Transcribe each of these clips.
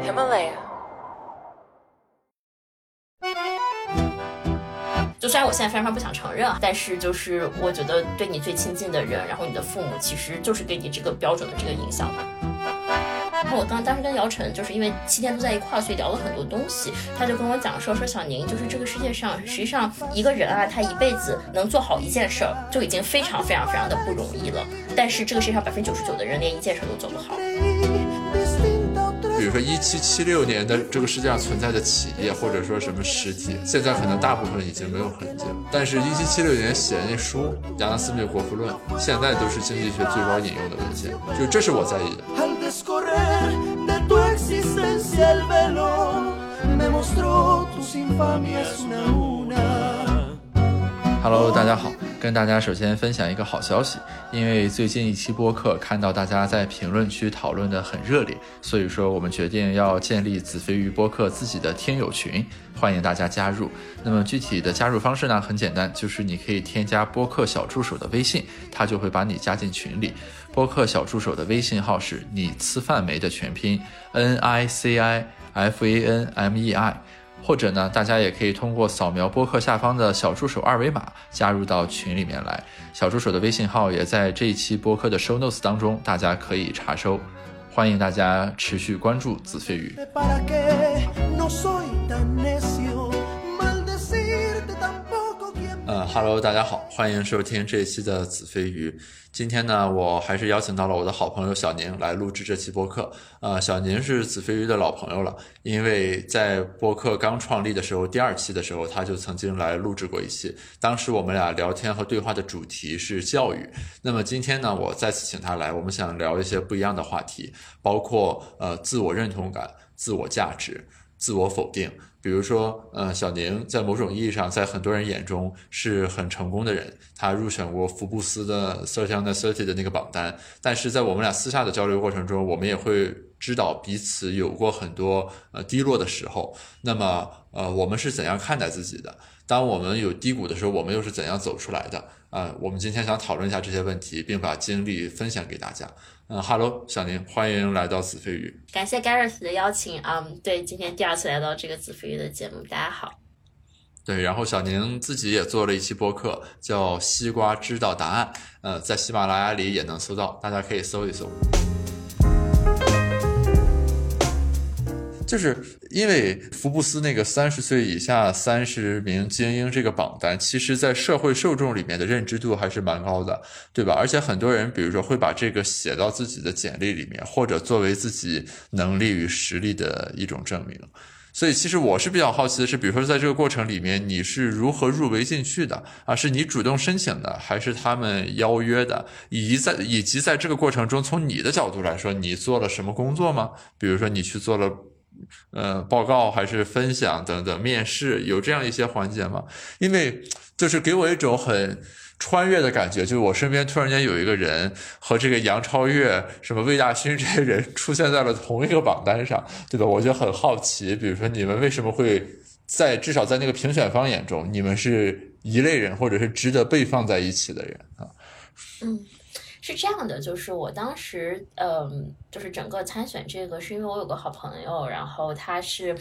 Himalaya。 就虽然我现在非常不想承认啊，但是就是我觉得对你最亲近的人，然后你的父母其实就是给你这个标准的这个影响吧。然后我当时跟姚晨就是因为7天都在一块，所以聊了很多东西。他就跟我讲说小宁，就是这个世界上实际上一个人啊，他一辈子能做好一件事儿就已经非常非常非常的不容易了。但是这个世界上99%的人连一件事都做不好。 比如说1776年的这个世界上存在的企业或者说什么实体，现在可能大部分已经没有痕迹了。但是1776年写的那书《亚当斯密的国富论》，现在都是经济学最高引用的文献，就这是我在意的。Hello， 大家好，跟大家首先分享一个好消息，因为最近一期播客看到大家在评论区讨论的很热烈，所以说我们决定要建立子非鱼播客自己的听友群，欢迎大家加入。那么具体的加入方式呢，很简单，就是你可以添加播客小助手的微信，他就会把你加进群里。播客小助手的微信号是你吃饭没的全拼 NICIFANMEI，或者呢，大家也可以通过扫描播客下方的小助手二维码加入到群里面来。小助手的微信号也在这一期播客的 show notes 当中，大家可以查收。欢迎大家持续关注子非鱼。Hello， 大家好，欢迎收听这一期的子非鱼。今天呢，我还是邀请到了我的好朋友小宁来录制这期播客。小宁是子非鱼的老朋友了，因为在播客刚创立的时候，第2期的时候，他就曾经来录制过一期。当时我们俩聊天和对话的主题是教育。那么今天呢，我再次请他来，我们想聊一些不一样的话题，包括自我认同感、自我价值、自我否定。比如说小宁在某种意义上在很多人眼中是很成功的人，他入选过福布斯的30 under 30的那个榜单，但是在我们俩私下的交流过程中，我们也会知道彼此有过很多低落的时候。那么我们是怎样看待自己的？当我们有低谷的时候，我们又是怎样走出来的？我们今天想讨论一下这些问题，并把经历分享给大家。Hello， 小宁，欢迎来到子非鱼。 感谢 Gareth 的邀请对，今天第2次来到这个子非鱼的节目，大家好。 对，然后小宁自己也做了一期播客，叫西瓜知道答案，在喜马拉雅里也能搜到，大家可以搜一搜。就是因为福布斯那个30岁以下30名精英这个榜单，其实在社会受众里面的认知度还是蛮高的，对吧？而且很多人比如说会把这个写到自己的简历里面，或者作为自己能力与实力的一种证明。所以其实我是比较好奇的是，比如说在这个过程里面你是如何入围进去的是你主动申请的，还是他们邀约的，以及在这个过程中从你的角度来说，你做了什么工作吗？比如说你去做了报告还是分享等等，面试有这样一些环节吗？因为就是给我一种很穿越的感觉，就是我身边突然间有一个人和这个杨超越什么魏大勋这些人出现在了同一个榜单上，对吧？我就很好奇，比如说你们为什么会至少在那个评选方眼中，你们是一类人，或者是值得被放在一起的人啊？ 是这样的，就是我当时就是整个参选这个是因为我有个好朋友，然后他是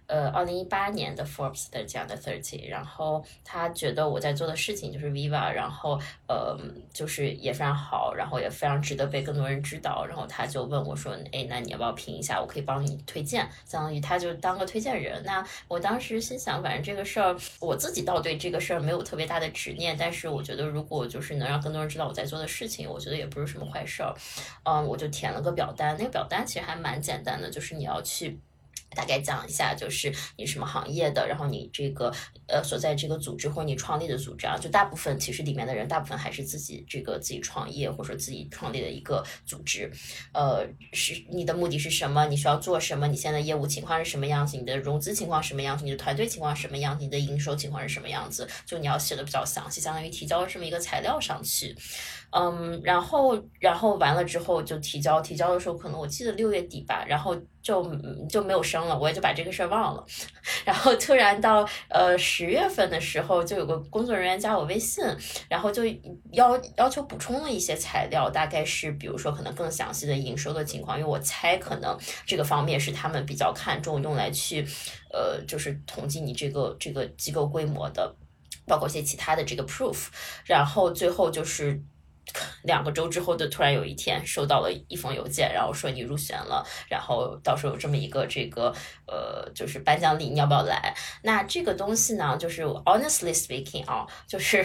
2018年的 Forbes 的这样的30，然后他觉得我在做的事情就是 Viva， 然后就是也非常好，然后也非常值得被更多人知道，然后他就问我说那你要不要评一下，我可以帮你推荐，相当于他就当个推荐人。那我当时心想，反正这个事儿我自己倒对这个事儿没有特别大的执念，但是我觉得如果就是能让更多人知道我在做的事情，我觉得也不是什么坏事儿。我就填了个表单，那个表单其实还蛮简单的，就是你要去大概讲一下，就是你什么行业的，然后你这个所在这个组织或者你创立的组织就大部分其实里面的人大部分还是自己创业或者说自己创立的一个组织。是你的目的是什么？你需要做什么？你现在业务情况是什么样子？你的融资情况是什么样子？你的团队情况是什么样子？你的营收情况是什么样子？就你要写的比较详细，相当于提交这么一个材料上去。然后完了之后就提交的时候，可能我记得6月底吧，然后就没有升了，我也就把这个事儿忘了。然后突然到10月份的时候，就有个工作人员加我微信，然后就要求补充了一些材料，大概是比如说可能更详细的营收的情况，因为我猜可能这个方面是他们比较看重用来去就是统计你这个机构规模的，包括一些其他的这个 proof。然后最后就是2个周之后的突然有一天收到了一封邮件，然后说你入选了，然后到时候有这么一个这个就是颁奖礼，你要不要来？那这个东西呢，就是 honestly speaking 啊，就是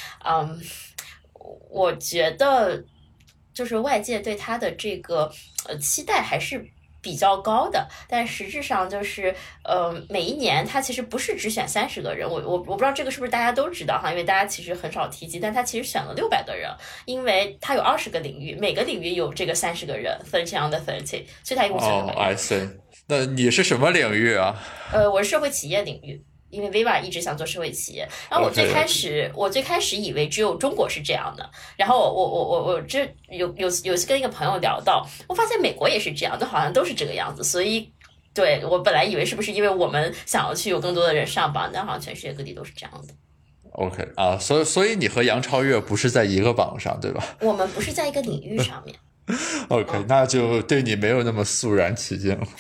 我觉得就是外界对他的这个期待还是比较高的，但实质上就是每一年他其实不是只选30个人，我不知道这个是不是大家都知道哈，因为大家其实很少提及，但他其实选了600个人，因为他有20个领域，每个领域有这个30个人，30 under 30，所以他一共选600个人。 I see。那你是什么领域啊？ 我是社会企业领域。因为 Viva 一直想做社会企业，然后我最开始以为只有中国是这样的，然后我这有次跟一个朋友聊到，我发现美国也是这样的，好像都是这个样子，所以对我本来以为是不是因为我们想要去有更多的人上榜，但好像全世界各地都是这样的。 OK 啊，所以你和杨超越不是在一个榜上，对吧？ 我们不是在一个领域上面。 OK，那就对你没有那么肃然起敬了。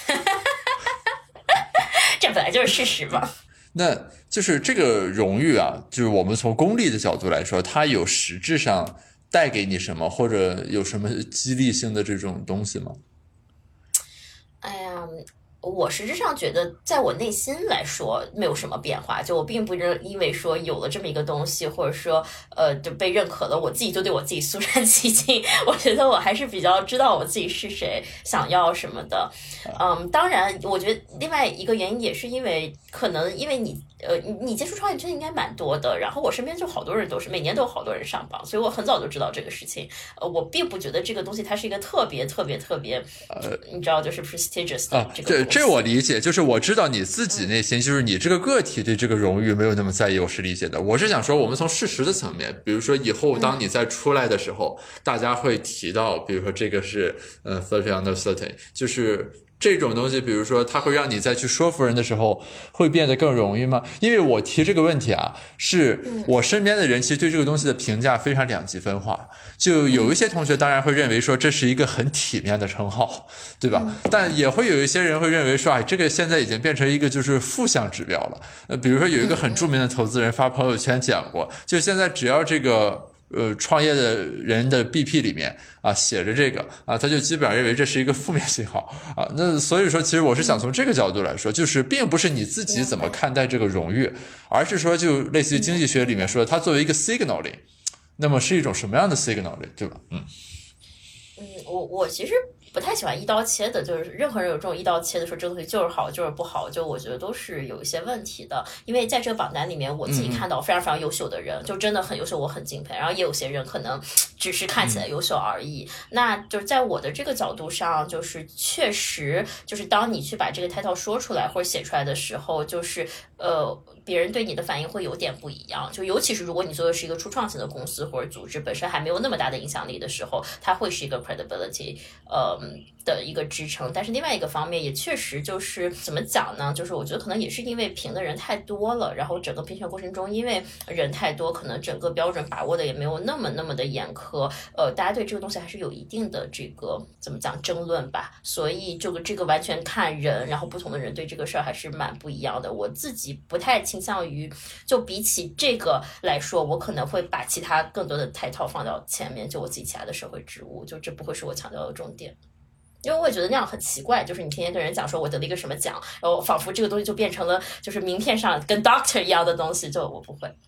这本来就是事实嘛。 那就是这个荣誉啊，就是我们从功利的角度来说，它有实质上带给你什么，或者有什么激励性的这种东西吗？ 哎呀，我实质上觉得，在我内心来说没有什么变化，就我并不因为说有了这么一个东西，或者说就被认可了，我自己就对我自己肃然起敬。我觉得我还是比较知道我自己是谁，想要什么的。当然，我觉得另外一个原因也是因为可能因为你接触创业圈应该蛮多的，然后我身边就好多人都是每年都有好多人上榜，所以我很早就知道这个事情。我并不觉得这个东西它是一个特别你知道就是 prestigious 的这个东西。 这我理解，就是我知道你自己内心，就是你这个个体对这个荣誉没有那么在意，我是理解的。我是想说，我们从事实的层面，比如说以后当你再出来的时候，大家会提到，比如说这个是30 under 30，就是这种东西，比如说它会让你再去说服人的时候会变得更容易吗？因为我提这个问题啊，是我身边的人其实对这个东西的评价非常两极分化，就有一些同学当然会认为说这是一个很体面的称号，对吧？但也会有一些人会认为说，这个现在已经变成一个就是负向指标了。比如说有一个很著名的投资人发朋友圈讲过，就现在只要这个创业的人的 BP 里面啊写着这个啊，他就基本上认为这是一个负面信号啊。那所以说，其实我是想从这个角度来说，就是并不是你自己怎么看待这个荣誉，而是说就类似于经济学里面说，它作为一个 signaling， 那么是一种什么样的 signaling， 对吧？ 我其实不太喜欢一刀切的，就是任何人有这种一刀切的说这个东西就是好就是不好，就我觉得都是有一些问题的。因为在这个榜单里面，我自己看到非常非常优秀的人，就真的很优秀，我很敬佩。然后也有些人可能只是看起来优秀而已。那就是在我的这个角度上，就是确实就是当你去把这个 title 说出来或者写出来的时候，就是别人对你的反应会有点不一样。就尤其是如果你做的是一个初创型的公司或者组织，本身还没有那么大的影响力的时候，它会是一个 credibility 的一个支撑。但是另外一个方面也确实就是怎么讲呢，就是我觉得可能也是因为评的人太多了，然后整个评选过程中因为人太多，可能整个标准把握的也没有那么的严苛，大家对这个东西还是有一定的这个怎么讲争论吧。所以这个完全看人，然后不同的人对这个事儿还是蛮不一样的。我自己不太倾向于就比起这个来说，我可能会把其他更多的title放到前面，就我自己其他的社会职务，就这不会是我强调的重点。因为我也觉得那样很奇怪，就是你天天跟人讲说我得了一个什么奖，然后仿佛这个东西就变成了就是名片上跟 doctor 一样的东西，就我不会。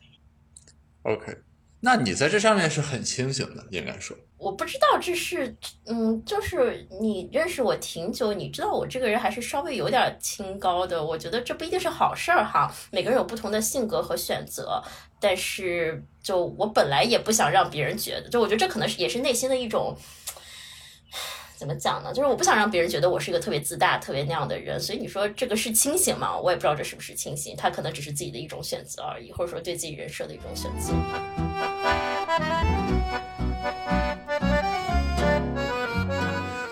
OK， 那你在这上面是很清醒的，应该说。 我不知道这是，就是你认识我挺久，你知道我这个人还是稍微有点清高的。我觉得这不一定是好事儿哈，每个人有不同的性格和选择。但是就我本来也不想让别人觉得，就我觉得这可能也是内心的一种。怎么讲呢？就是我不想让别人觉得我是一个特别自大、特别那样的人，所以你说这个是清醒吗？我也不知道这是不是清醒，他可能只是自己的一种选择而已，或者说对自己人设的一种选择。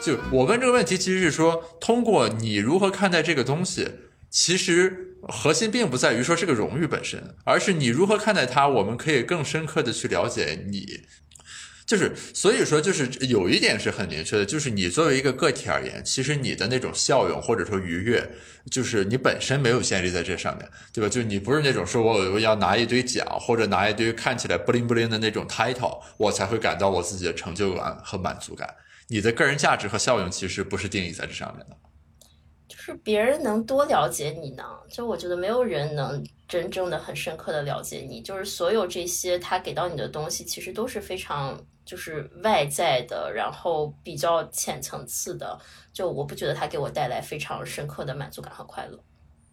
就我问这个问题，其实是说，通过你如何看待这个东西，其实核心并不在于说这个荣誉本身，而是你如何看待它，我们可以更深刻的去了解你。就是所以说，就是有一点是很明确的，就是你作为一个个体而言，其实你的那种效用或者说愉悦，就是你本身没有建立在这上面，对吧？就你不是那种说我要拿一堆奖或者拿一堆看起来不灵不灵的那种 title， 我才会感到我自己的成就感和满足感。你的个人价值和效用其实不是定义在这上面的。 就是别人能多了解你呢？就我觉得没有人能真正的很深刻的了解你，就是所有这些他给到你的东西，其实都是非常就是外在的，然后比较浅层次的。就我不觉得他给我带来非常深刻的满足感和快乐。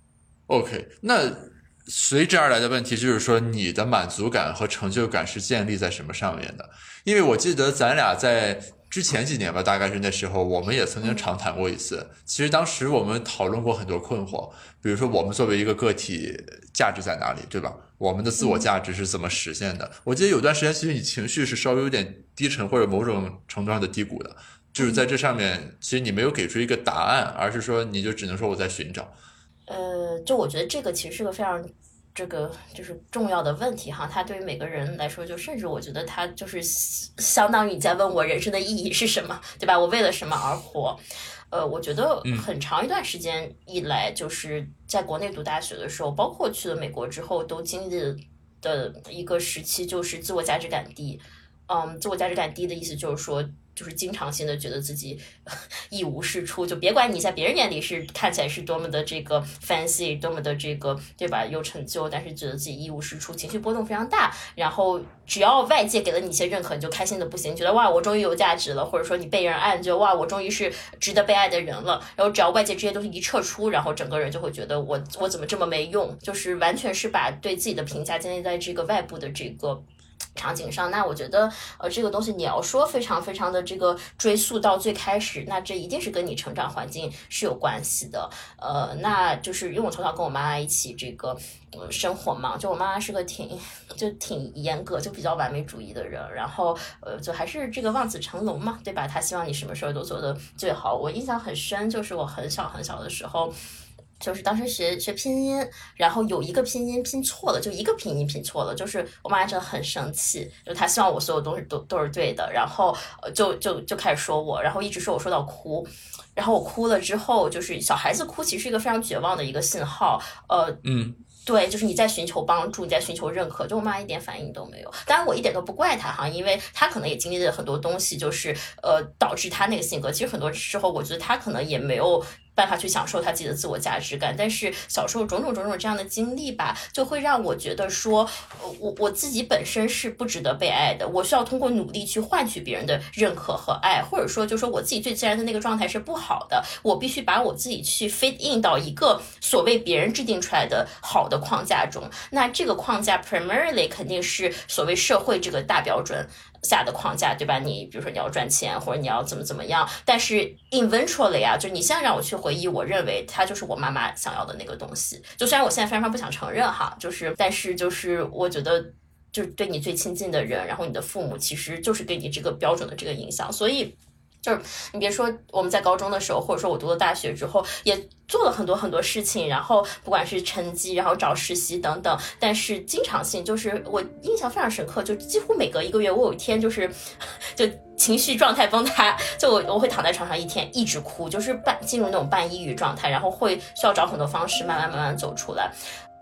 OK，那随之而来的问题就是说，你的满足感和成就感是建立在什么上面的？因为我记得咱俩在之前几年吧，大概是那时候，我们也曾经长谈过一次。其实当时我们讨论过很多困惑，比如说我们作为一个个体，价值在哪里，对吧？我们的自我价值是怎么实现的？我记得有段时间，其实你情绪是稍微有点低沉或者某种程度上的低谷的，就是在这上面，其实你没有给出一个答案，而是说你就只能说我在寻找。 就我觉得这个其实是个非常这个就是重要的问题哈，它对于每个人来说，就甚至我觉得它就是相当于你在问我人生的意义是什么，对吧？我为了什么而活？我觉得很长一段时间以来，就是在国内读大学的时候，包括去了美国之后，都经历的一个时期，就是自我价值感低。自我价值感低的意思就是说，就是经常性的觉得自己一无是处，就别管你在别人眼里是看起来是多么的这个 fancy，多么的这个对吧有成就，但是觉得自己一无是处，情绪波动非常大。然后只要外界给了你一些认可，你就开心的不行，觉得哇我终于有价值了，或者说你被人爱，就哇我终于是值得被爱的人了。然后只要外界这些东西一撤出，然后整个人就会觉得我怎么这么没用，就是完全是把对自己的评价建立在这个外部的这个场景上。那我觉得这个东西你要说非常非常的这个追溯到最开始，那这一定是跟你成长环境是有关系的。那就是因为我从小跟我妈妈一起这个生活嘛，就我妈妈是个挺严格，就比较完美主义的人，然后就还是这个望子成龙嘛，对吧？她希望你什么事儿都做得最好。我印象很深，就是我很小很小的时候，就是当时学拼音，然后有一个拼音拼错了，就一个拼音拼错了，就是我妈真的很生气，就她希望我所有东西都是对的，然后就开始说我，然后一直说我说到哭。然后我哭了之后，就是小孩子哭其实是一个非常绝望的一个信号，对，就是你在寻求帮助，你在寻求认可，就我妈一点反应都没有。当然我一点都不怪她哈，因为她可能也经历了很多东西，就是导致她那个性格。其实很多时候我觉得她可能也没有办法去享受她自己的自我价值感，但是小时候种种这样的经历吧，就会让我觉得说，我自己本身是不值得被爱的，我需要通过努力去换取别人的认可和爱，或者说就说我自己最自然的那个状态是不好的，我必须把我自己去 fit in 到一个所谓别人制定出来的好的框架中。那这个框架 primarily 肯定是所谓社会这个大标准下的框架，对吧？你比如说你要赚钱，或者你要怎么样，但是 eventually 啊，就是你现在让我去回忆，我认为它就是我妈妈想要的那个东西。就虽然我现在非常不想承认哈，但是我觉得就是对你最亲近的人，然后你的父母其实就是对你这个标准的这个影响，所以。就是你别说我们在高中的时候，或者说我读了大学之后，也做了很多事情，然后不管是成绩，然后找实习等等，但是经常性就是我印象非常深刻，就几乎每隔1个月，我有一天就情绪状态崩塌，就我会躺在床上一天一直哭，就是进入那种半抑郁状态，然后会需要找很多方式慢慢走出来。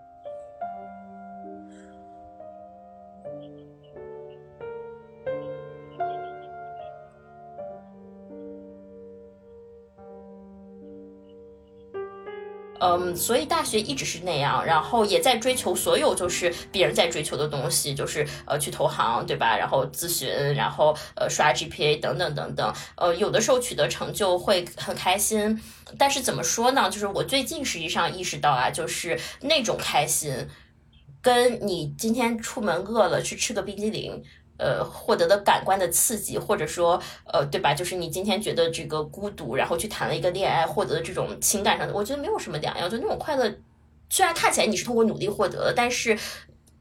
所以大学一直是那样，然后也在追求所有就是别人在追求的东西，就是去投行，对吧？然后咨询，然后刷 GPA 等等，有的时候取得成就会很开心，但是怎么说呢？就是我最近实际上意识到啊，就是那种开心，跟你今天出门饿了去吃个冰激凌。获得的感官的刺激，或者说，对吧？就是你今天觉得这个孤独，然后去谈了一个恋爱，获得的这种情感上的，我觉得没有什么两样。就那种快乐，虽然看起来你是通过努力获得的，但是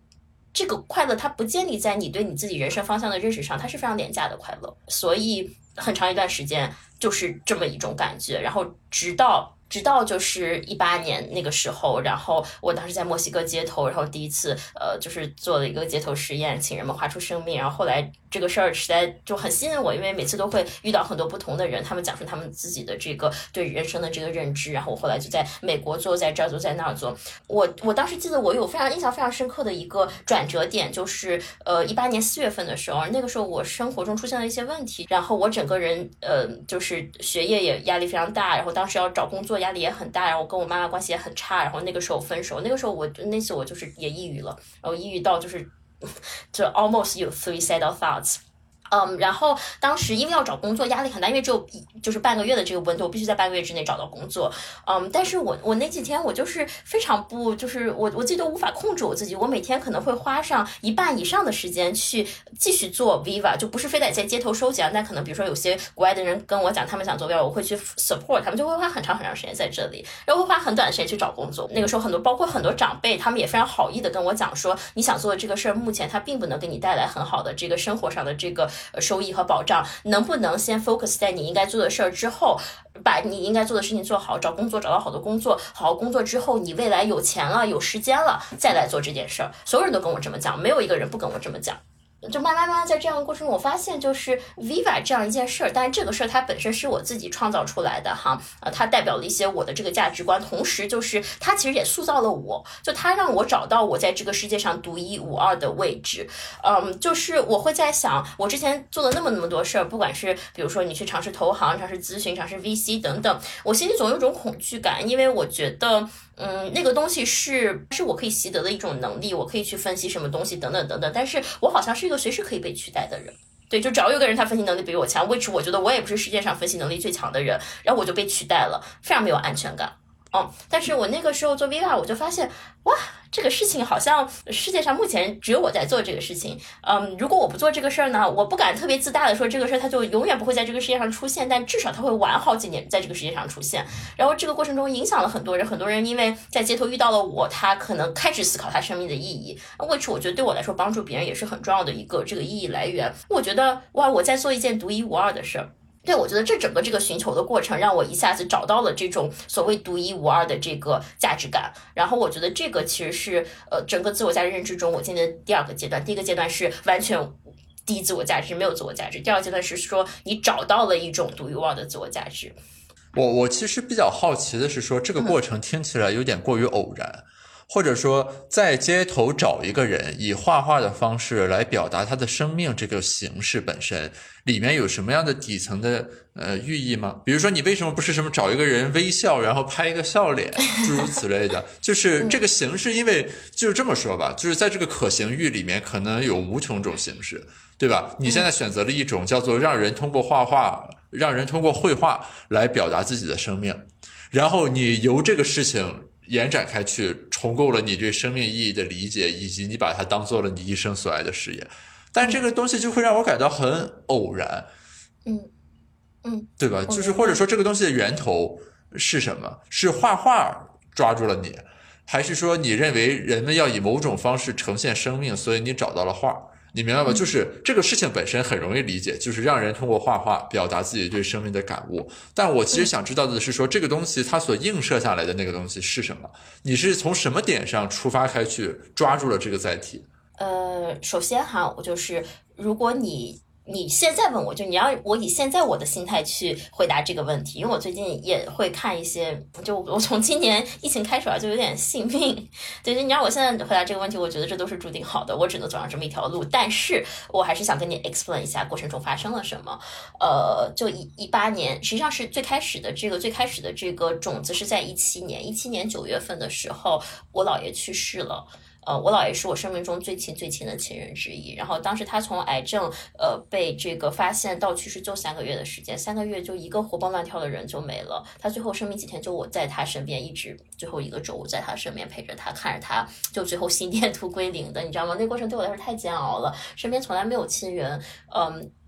这个快乐它不建立在你对你自己人生方向的认识上，它是非常廉价的快乐。所以很长一段时间就是这么一种感觉，然后直到就是18年那个时候，然后我当时在墨西哥街头，然后第一次就是做了一个街头实验，请人们画出生命，然后后来这个事儿实在就很吸引我，因为每次都会遇到很多不同的人，他们讲述他们自己的这个对人生的这个认知，然后我后来就在美国做，在这儿做，在那儿做。我当时记得我有非常印象非常深刻的一个转折点，就是18年4月份的时候，那个时候我生活中出现了一些问题，然后我整个人就是学业也压力非常大，然后当时要找工作压力也很大，然后我跟我妈妈关系也很差，然后那个时候分手，那个时候那次我就是也抑郁了，然后抑郁到就是就 almost 有 suicidal thoughts。然后当时因为要找工作压力很大，因为只有就是半个月的这个温度，我必须在半个月之内找到工作。但是我那几天我就是非常不，就是我自己都无法控制我自己，我每天可能会花上1半以上的时间去继续做 Viva， 就不是非得在街头收奖，但可能比如说有些国外的人跟我讲他们想做 Viva， 我会去 support 他们，就会花很长时间在这里，然后会花很短的时间去找工作。那个时候包括很多长辈，他们也非常好意的跟我讲说，你想做的这个事儿，目前它并不能给你带来很好的这个生活上的这个收益和保障，能不能先 focus 在你应该做的事儿之后，把你应该做的事情做好，找工作找到好的工作，好好工作之后，你未来有钱了有时间了再来做这件事儿。所有人都跟我这么讲，没有一个人不跟我这么讲。就慢慢在这样的过程中，我发现就是 Viva 这样一件事儿，但是这个事儿它本身是我自己创造出来的哈，它代表了一些我的这个价值观，同时就是它其实也塑造了我，就它让我找到我在这个世界上独一无二的位置。就是我会在想，我之前做了那么多事儿，不管是比如说你去尝试投行、尝试咨询、尝试 VC 等等，我心里总有一种恐惧感，因为我觉得那个东西是我可以习得的一种能力，我可以去分析什么东西等等等等，但是我好像是一个随时可以被取代的人。对，就只要有个人他分析能力比我强，which我觉得我也不是世界上分析能力最强的人，然后我就被取代了，非常没有安全感。但是我那个时候做 Viva， 我就发现，哇，这个事情好像世界上目前只有我在做这个事情。如果我不做这个事儿呢，我不敢特别自大的说这个事儿它就永远不会在这个世界上出现，但至少它会晚好几年在这个世界上出现。然后这个过程中影响了很多人，很多人因为在街头遇到了我，他可能开始思考他生命的意义。which 我觉得对我来说帮助别人也是很重要的一个这个意义来源。我觉得哇，我在做一件独一无二的事儿。对，我觉得这整个这个寻求的过程让我一下子找到了这种所谓独一无二的这个价值感，然后我觉得这个其实是整个自我价值认知中我进的第二个阶段。第一个阶段是完全低自我价值，没有自我价值；第二个阶段是说你找到了一种独一无二的自我价值。 我其实比较好奇的是说，这个过程听起来有点过于偶然。或者说在街头找一个人以画画的方式来表达他的生命，这个形式本身里面有什么样的底层的寓意吗？比如说你为什么不是什么找一个人微笑然后拍一个笑脸诸如此类的，就是这个形式，因为就是这么说吧，就是在这个可行域里面可能有无穷种形式，对吧？你现在选择了一种叫做让人通过画画，让人通过绘画来表达自己的生命，然后你由这个事情延展开去，重构了你对生命意义的理解，以及你把它当做了你一生所爱的事业。但这个东西就会让我感到很偶然，对吧？就是或者说这个东西的源头是什么？是画画抓住了你，还是说你认为人们要以某种方式呈现生命，所以你找到了画？你明白吗？就是这个事情本身很容易理解，就是让人通过画画表达自己对生命的感悟。但我其实想知道的是说，这个东西它所映射下来的那个东西是什么？你是从什么点上出发开去抓住了这个载体？ 首先哈，我就是如果你现在问我，就你让我以现在我的心态去回答这个问题，因为我最近也会看一些，就我从今年疫情开始就有点信命，对，就你让我现在回答这个问题，我觉得这都是注定好的，我只能走上这么一条路。但是我还是想跟你 explain 一下过程中发生了什么。就18年，实际上是最开始的这个种子是在17年9月份的时候，我姥爷去世了。我姥爷是我生命中最亲的亲人之一，然后当时他从癌症被这个发现到去世就3个月的时间，3个月就一个活蹦乱跳的人就没了。他最后生命几天就我在他身边，一直最后1个周我在他身边陪着他，看着他就最后心电图归0的，你知道吗？那过程对我来说太煎熬了，身边从来没有亲人，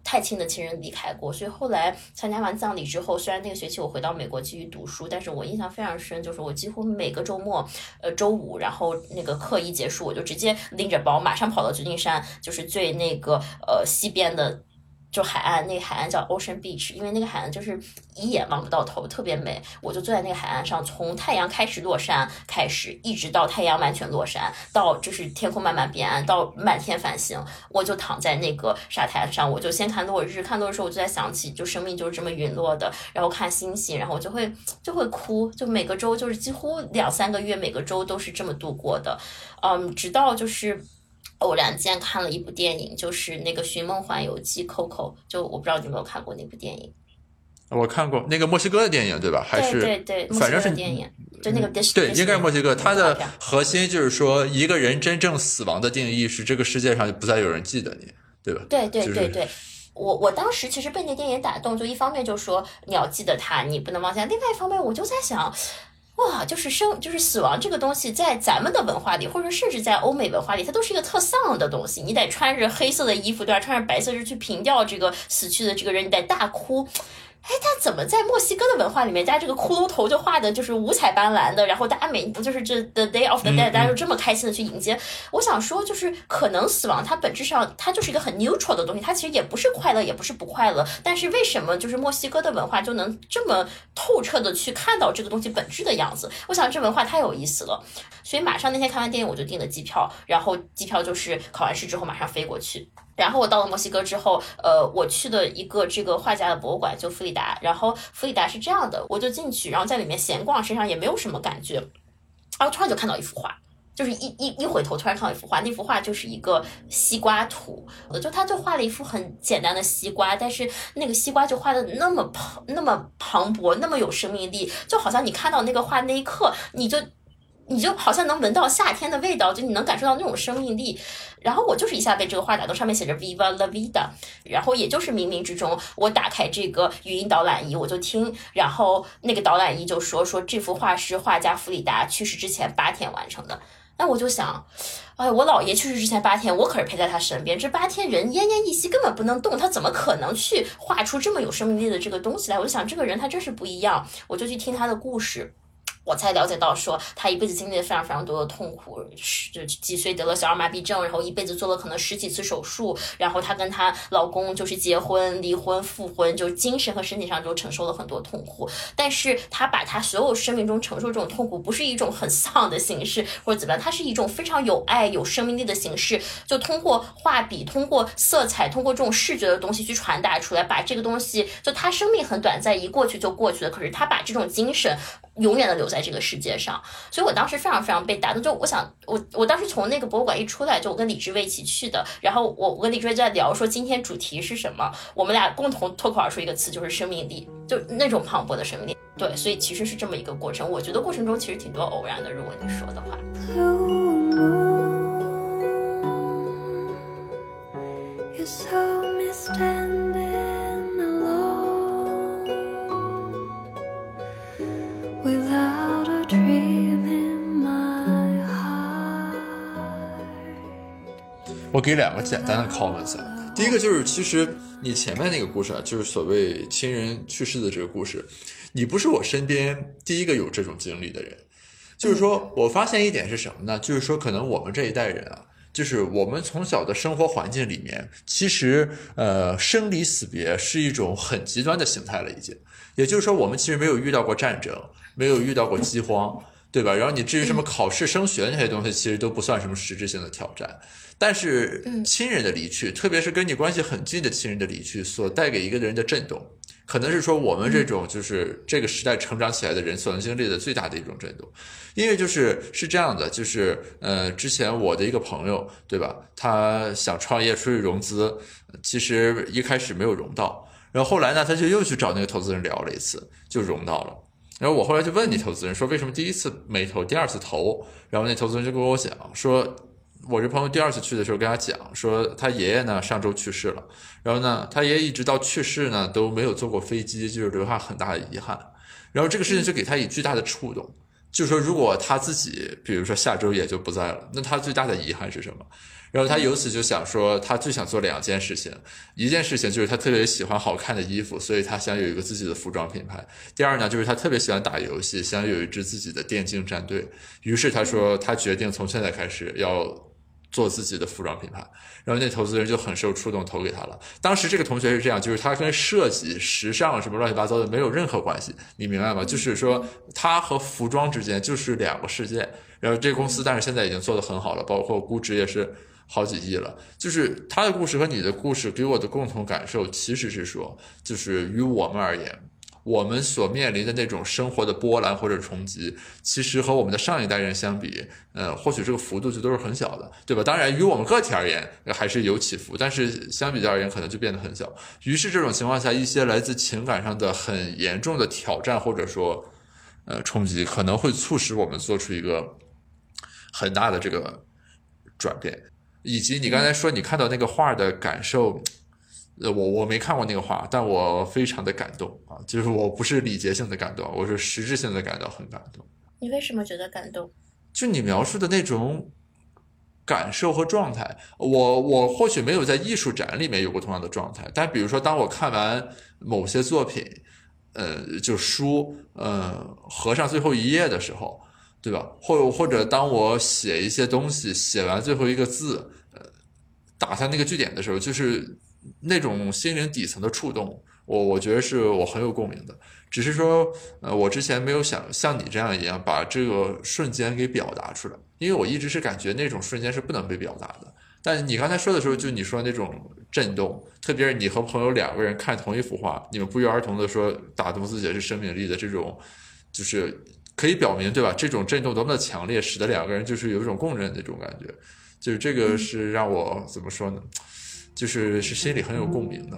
太亲的亲人离开过，所以后来参加完葬礼之后，虽然那个学期我回到美国继续读书，但是我印象非常深，就是我几乎每个周末，周五，然后那个课一结束，我就直接拎着包马上跑到旧金山，就是最那个西边的。就海岸，那个海岸叫 Ocean Beach， 因为那个海岸就是一眼望不到头，特别美。我就坐在那个海岸上，从太阳开始落山开始，一直到太阳完全落山，到就是天空慢慢变暗，到满天繁星，我就躺在那个沙滩上，我就先看落日，看落日的时候我就在想起，就生命就是这么陨落的，然后看星星，然后我就会哭，就每个周就是几乎2-3个月，每个周都是这么度过的，直到就是偶然间看了一部电影，就是那个《寻梦环游记》Coco， 就我不知道你有没有看过那部电影。 我看过那个墨西哥的电影，对吧？还是对， 反正是电影，就那个对，应该是墨西哥。它的核心就是说，一个人真正死亡的定义是这个世界上就不再有人记得你，对吧？ 对。我当时其实被那电影打动，就一方面就说你要记得他，你不能忘记；另外一方面，我就在想。哇，就是死亡这个东西，在咱们的文化里，或者甚至在欧美文化里，它都是一个特丧的东西。你得穿着黑色的衣服，对吧？穿着白色去凭吊这个死去的这个人，你得大哭。哎，他怎么在墨西哥的文化里面，大家这个骷髅头就画的就是五彩斑斓的，然后大家就是这 The Day of the Dead， 大家就这么开心的去迎接。我想说，就是可能死亡它本质上它就是一个很 neutral 的东西，它其实也不是快乐，也不是不快乐。但是为什么就是墨西哥的文化就能这么透彻的去看到这个东西本质的样子？我想这文化太有意思了，所以马上那天看完电影我就订了机票，然后机票就是考完试之后马上飞过去。然后我到了墨西哥之后，我去的一个这个画家的博物馆，就弗里达。然后弗里达是这样的，我就进去，然后在里面闲逛，身上也没有什么感觉，然后突然就看到一幅画，就是一回头，突然看到一幅画，那幅画就是一个西瓜图，他就画了一幅很简单的西瓜，但是那个西瓜就画的那么磅礴，那么有生命力，就好像你看到那个画那一刻，你就好像能闻到夏天的味道，就你能感受到那种生命力。然后我就是一下被这个画打动，上面写着 Viva la vida， 然后也就是冥冥之中，我打开这个语音导览仪，我就听，然后那个导览仪就说这幅画是画家弗里达去世之前8天完成的。那我就想，哎，我姥爷去世之前8天，我可是陪在他身边，这8天人奄奄一息，根本不能动，他怎么可能去画出这么有生命力的这个东西来？我就想，这个人他真是不一样，我就去听他的故事。我才了解到说她一辈子经历了非常非常多的痛苦，就几岁得了小儿麻痹症，然后一辈子做了可能10几次手术，然后她跟她老公就是结婚离婚复婚，就精神和身体上都承受了很多痛苦，但是她把她所有生命中承受这种痛苦不是一种很丧的形式或者怎么样，它是一种非常有爱有生命力的形式，就通过画笔通过色彩通过这种视觉的东西去传达出来，把这个东西就她生命很短暂，一过去就过去了，可是她把这种精神永远的留在这个世界上。所以我当时非常非常被打动，就我想我当时从那个博物馆一出来，就我跟李志威一起去的，然后我跟李志威在聊说今天主题是什么，我们俩共同脱口而出一个词，就是生命力，就那种磅礴的生命力。对，所以其实是这么一个过程，我觉得过程中其实挺多偶然的，如果你说的话。You saw me standing alone without a dream in my heart。 我给2个简单的 comments。第一个就是，其实你前面那个故事啊，就是所谓亲人去世的这个故事，你不是我身边第一个有这种经历的人。就是说我发现一点是什么呢？就是说可能我们这一代人啊，就是我们从小的生活环境里面，其实生离死别是一种很极端的形态了已经。也就是说我们其实没有遇到过战争，没有遇到过饥荒，对吧？然后你至于什么考试升学那些东西，其实都不算什么实质性的挑战。但是亲人的离去，特别是跟你关系很近的亲人的离去，所带给一个人的震动，可能是说我们这种就是这个时代成长起来的人所能经历的最大的一种震动。因为是这样的，就是之前我的一个朋友，对吧？他想创业出去融资，其实一开始没有融到，然后后来呢，他就又去找那个投资人聊了一次，就融到了。然后我后来就问那投资人说，为什么第一次没投，第二次投？然后那投资人就跟我讲说，我这朋友第2次去的时候跟他讲说，他爷爷呢上周去世了，然后呢他爷爷一直到去世呢都没有坐过飞机，就是留下很大的遗憾。然后这个事情就给他以巨大的触动， 就说如果他自己比如说下周也就不在了，那他最大的遗憾是什么？然后他由此就想说，他最想做2件事情，一件事情就是他特别喜欢好看的衣服，所以他想有一个自己的服装品牌。第二呢，就是他特别喜欢打游戏，想有一支自己的电竞战队。于是他说，他决定从现在开始要做自己的服装品牌。然后那投资人就很受触动，投给他了。当时这个同学是这样，就是他跟设计、时尚什么乱七八糟的没有任何关系，你明白吗？就是说他和服装之间就是2个世界。然后这个公司但是现在已经做得很好了，包括估值也是好几亿了。就是他的故事和你的故事给我的共同感受其实是说，就是于我们而言，我们所面临的那种生活的波澜或者冲击，其实和我们的上一代人相比，或许这个幅度就都是很小的，对吧？当然于我们个体而言还是有起伏，但是相比较而言可能就变得很小。于是这种情况下，一些来自情感上的很严重的挑战或者说冲击，可能会促使我们做出一个很大的这个转变。以及你刚才说你看到那个画的感受，我没看过那个画，但我非常的感动啊！就是我不是礼节性的感动，我是实质性的感到很感动。 你为什么觉得感动？ 就你描述的那种感受和状态，我或许没有在艺术展里面有过同样的状态，但比如说当我看完某些作品，就书，合上最后一页的时候，对吧？或者当我写一些东西，写完最后一个字，打下那个句点的时候，就是那种心灵底层的触动，我觉得是我很有共鸣的。只是说，我之前没有想像你这样一样把这个瞬间给表达出来，因为我一直是感觉那种瞬间是不能被表达的。但你刚才说的时候，就你说那种震动，特别是你和朋友2个人看同一幅画，你们不约而同的说打动自己是生命力的这种，就是可以表明，对吧？这种震动多么的强烈，使得2个人就是有一种共振的那种感觉。就是这个是让我怎么说呢？就是心里很有共鸣的。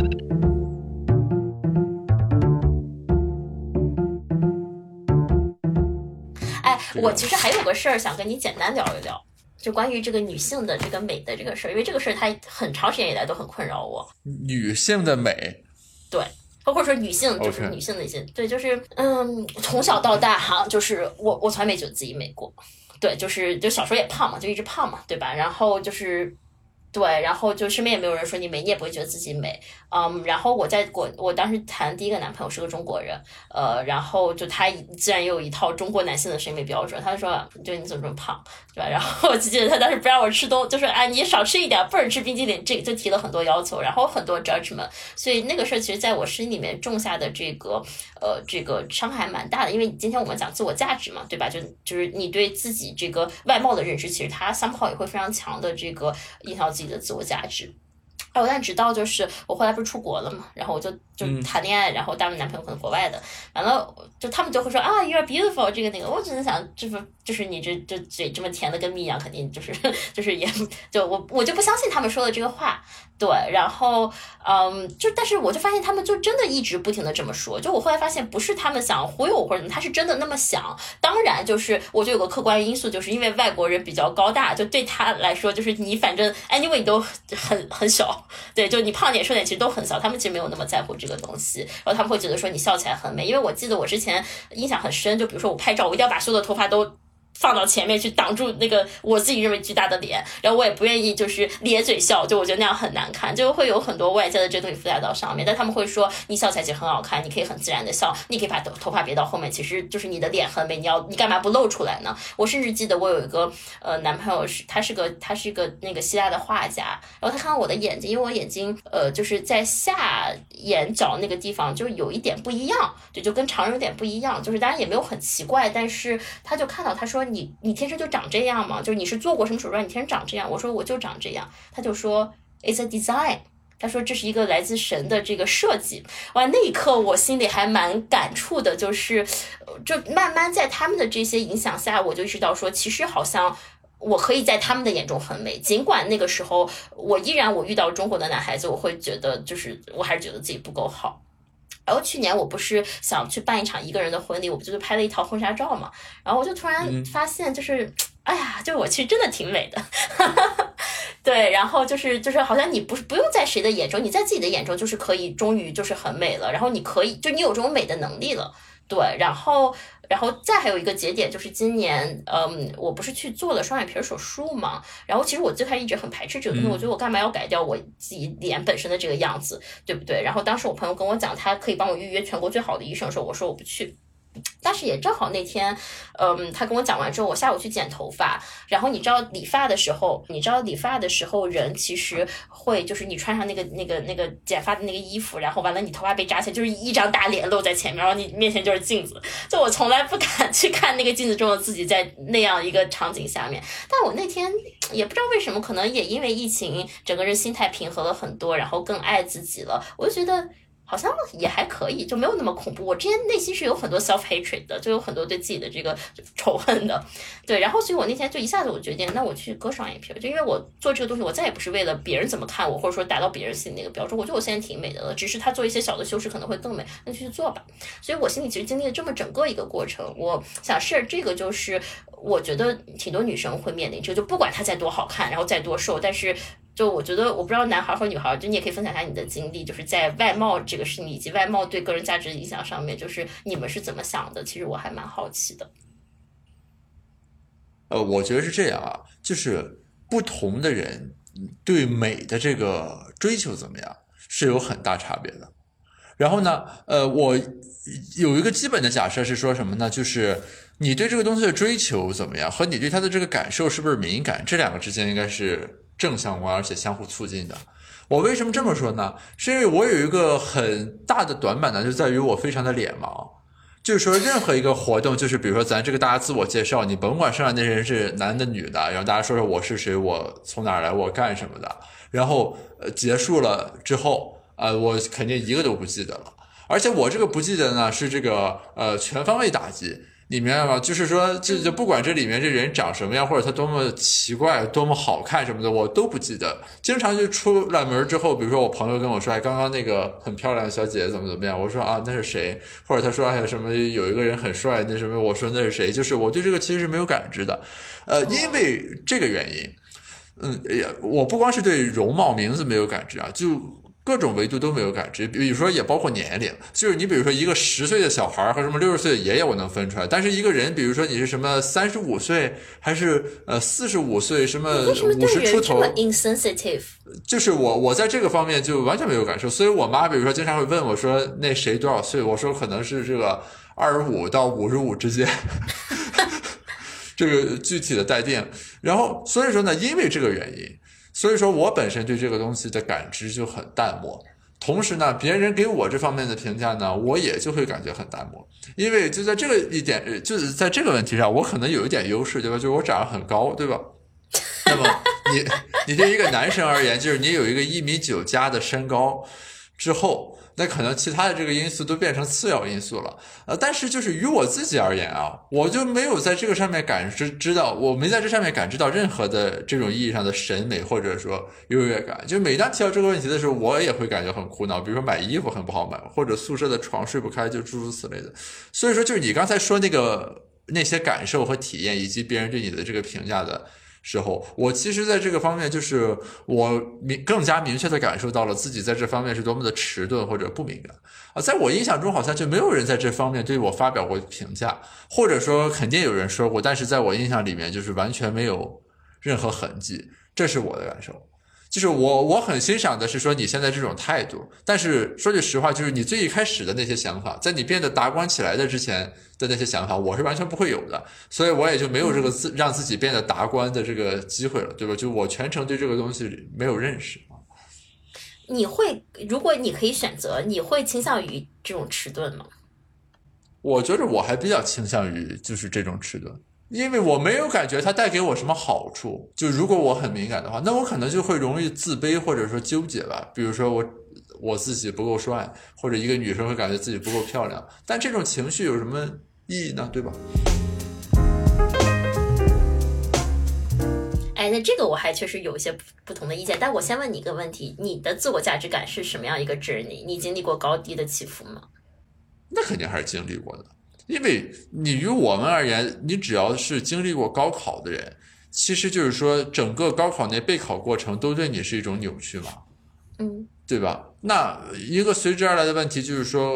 哎，我其实还有个事儿想跟你简单聊一聊，就关于这个女性的这个美的这个事儿，因为这个事儿它很长时间以来都很困扰我。 女性的美， 对。或者说女性就是女性的一些，对，就是从小到大哈，就是我从来没觉得自己美过，对，就小时候也胖嘛，就一直胖嘛，对吧？然后就是对，然后就身边也没有人说你美，你也不会觉得自己美，然后我当时谈第一个男朋友是个中国人，然后就他自然也有一套中国男性的审美标准，他就说就你怎么这么胖，对吧？然后我就记得他当时不让我吃就是你少吃一点，不准吃冰激凌，这个就提了很多要求，然后很多 judgment， 所以那个事儿其实在我心里面种下的这个伤害蛮大的，因为今天我们讲自我价值嘛，对吧？就是你对自己这个外貌的认知，其实它 somehow 也会非常强的这个影响自己的自我价值。但直到就是我后来不是出国了嘛，然后我就谈恋爱，然后当男朋友可能国外的，完了就他们就会说啊 you're beautiful 这个那个，我只是想就是你这嘴这么甜的跟蜜一样，肯定就是也就我就不相信他们说的这个话，对，然后但是我就发现他们就真的一直不停的这么说，就我后来发现不是他们想忽悠我或者他是真的那么想，当然就是我就有个客观因素，就是因为外国人比较高大，就对他来说就是你反正 anyway 你都很小。对，就你胖点瘦点其实都很小，他们其实没有那么在乎这个东西，然后他们会觉得说你笑起来很美，因为我记得我之前印象很深，就比如说我拍照，我一定要把所有的头发都放到前面去挡住那个我自己认为巨大的脸，然后我也不愿意就是咧嘴笑，就我觉得那样很难看，就会有很多外在的这东西附加到上面，但他们会说你笑起来其实很好看，你可以很自然的笑，你可以把头发别到后面，其实就是你的脸很美，你干嘛不露出来呢？我甚至记得我有一个男朋友他是个那个希腊的画家，然后他看到我的眼睛，因为我眼睛就是在下眼角那个地方就有一点不一样，对，就跟常人有点不一样，就是当然也没有很奇怪，但是他就看到他说你天生就长这样吗？就是你是做过什么手术让你天生长这样？我说我就长这样，他就说 It's a design， 他说这是一个来自神的这个设计。哇，那一刻我心里还蛮感触的，就是就慢慢在他们的这些影响下，我就意识到说其实好像我可以在他们的眼中很美，尽管那个时候我遇到中国的男孩子，我会觉得就是我还是觉得自己不够好。然后去年我不是想去办一场一个人的婚礼，我不就拍了一套婚纱照嘛，然后我就突然发现就是哎呀，就我其实真的挺美的对，然后就是好像你不用在谁的眼中，你在自己的眼中就是可以终于就是很美了，然后你可以就你有这种美的能力了， 对，然后再还有一个节点就是今年，我不是去做了双眼皮手术嘛，然后其实我最开始一直很排斥这个东西，我觉得我干嘛要改掉我自己脸本身的这个样子，对不对？然后当时我朋友跟我讲，他可以帮我预约全国最好的医生的时候，我说我不去。但是也正好那天，他跟我讲完之后，我下午去剪头发，然后你知道理发的时候，人其实会就是你穿上那个剪发的那个衣服，然后完了你头发被扎起来，就是一张大脸露在前面，然后你面前就是镜子，就我从来不敢去看那个镜子中的自己在那样一个场景下面。但我那天也不知道为什么，可能也因为疫情，整个人心态平和了很多，然后更爱自己了，我就觉得好像也还可以，就没有那么恐怖。我之前内心是有很多 self hatred 的，就有很多对自己的这个仇恨的，对。然后所以我那天就一下子我决定，那我去割双眼皮，就因为我做这个东西，我再也不是为了别人怎么看我，或者说达到别人心里那个标准。我觉得我现在挺美的了，只是他做一些小的修饰可能会更美，那就去做吧。所以我心里其实经历了这么整个一个过程，我想 share 这个就是我觉得挺多女生会面临这个，就不管她再多好看，然后再多瘦，但是就我觉得，我不知道男孩和女孩，就你也可以分享一下你的经历，就是在外貌这个事情以及外貌对个人价值的影响上面，就是你们是怎么想的？其实我还蛮好奇的。 我觉得是这样啊，就是不同的人对美的这个追求怎么样是有很大差别的。然后呢，我有一个基本的假设是说什么呢？就是你对这个东西的追求怎么样，和你对它的这个感受是不是敏感，这两个之间应该是正相关，而且相互促进的。我为什么这么说呢？是因为我有一个很大的短板呢，就在于我非常的脸盲。就是说，任何一个活动，就是比如说咱这个大家自我介绍，你甭管上来那人是男的女的，然后大家说说我是谁，我从哪儿来，我干什么的，然后结束了之后，我肯定一个都不记得了。而且我这个不记得呢，是这个全方位打击。你明白吗？就是说，就不管这里面这人长什么样，或者他多么奇怪、多么好看什么的，我都不记得。经常就出了门之后，比如说我朋友跟我说，哎，刚刚那个很漂亮的小姐姐怎么样？我说啊，那是谁？或者他说哎什么有一个人很帅，那什么？我说那是谁？就是我对这个其实是没有感知的，因为这个原因，我不光是对容貌、名字没有感知啊，就各种维度都没有感知，比如说也包括年龄，就是你比如说一个10岁的小孩和什么60岁的爷爷我能分出来，但是一个人比如说你是什么35岁还是45岁什么50出头， insensitive， 就是我在这个方面就完全没有感受，所以我妈比如说经常会问我说那谁多少岁，我说可能是这个25到55之间。这个具体的待定，然后所以说呢，因为这个原因，所以说我本身对这个东西的感知就很淡漠，同时呢，别人给我这方面的评价呢，我也就会感觉很淡漠，因为就在这个一点，就是在这个问题上，我可能有一点优势，对吧？就是我长得很高，对吧？那么你对一个男生而言，就是你有一个1.9米加的身高之后，那可能其他的这个因素都变成次要因素了。但是就是于我自己而言啊，我就没有在这个上面知道，我没在这上面感知到任何的这种意义上的审美或者说优越感。就每当提到这个问题的时候，我也会感觉很苦恼，比如说买衣服很不好买，或者宿舍的床睡不开，就诸如此类的。所以说就是你刚才说那些感受和体验，以及别人对你的这个评价的时候，我其实在这个方面就是我更加明确的感受到了自己在这方面是多么的迟钝或者不敏感啊！在我印象中好像就没有人在这方面对我发表过评价，或者说肯定有人说过，但是在我印象里面就是完全没有任何痕迹，这是我的感受。就是我很欣赏的是说你现在这种态度，但是说句实话，就是你最一开始的那些想法，在你变得达观起来的之前的那些想法，我是完全不会有的，所以我也就没有这个让自己变得达观的这个机会了，对吧？就我全程对这个东西没有认识。 你会，如果你可以选择，你会倾向于这种迟钝吗？ 我觉得我还比较倾向于就是这种迟钝。因为我没有感觉它带给我什么好处，就如果我很敏感的话，那我可能就会容易自卑或者说纠结吧。比如说我自己不够帅，或者一个女生会感觉自己不够漂亮，但这种情绪有什么意义呢？对吧？ 哎，那这个我还确实有一些不同的意见，但我先问你一个问题：你的自我价值感是什么样一个 journey？ 你经历过高低的起伏吗？ 那肯定还是经历过的。因为你于我们而言，你只要是经历过高考的人，其实就是说整个高考那备考过程都对你是一种扭曲嘛，对吧？那一个随之而来的问题就是说，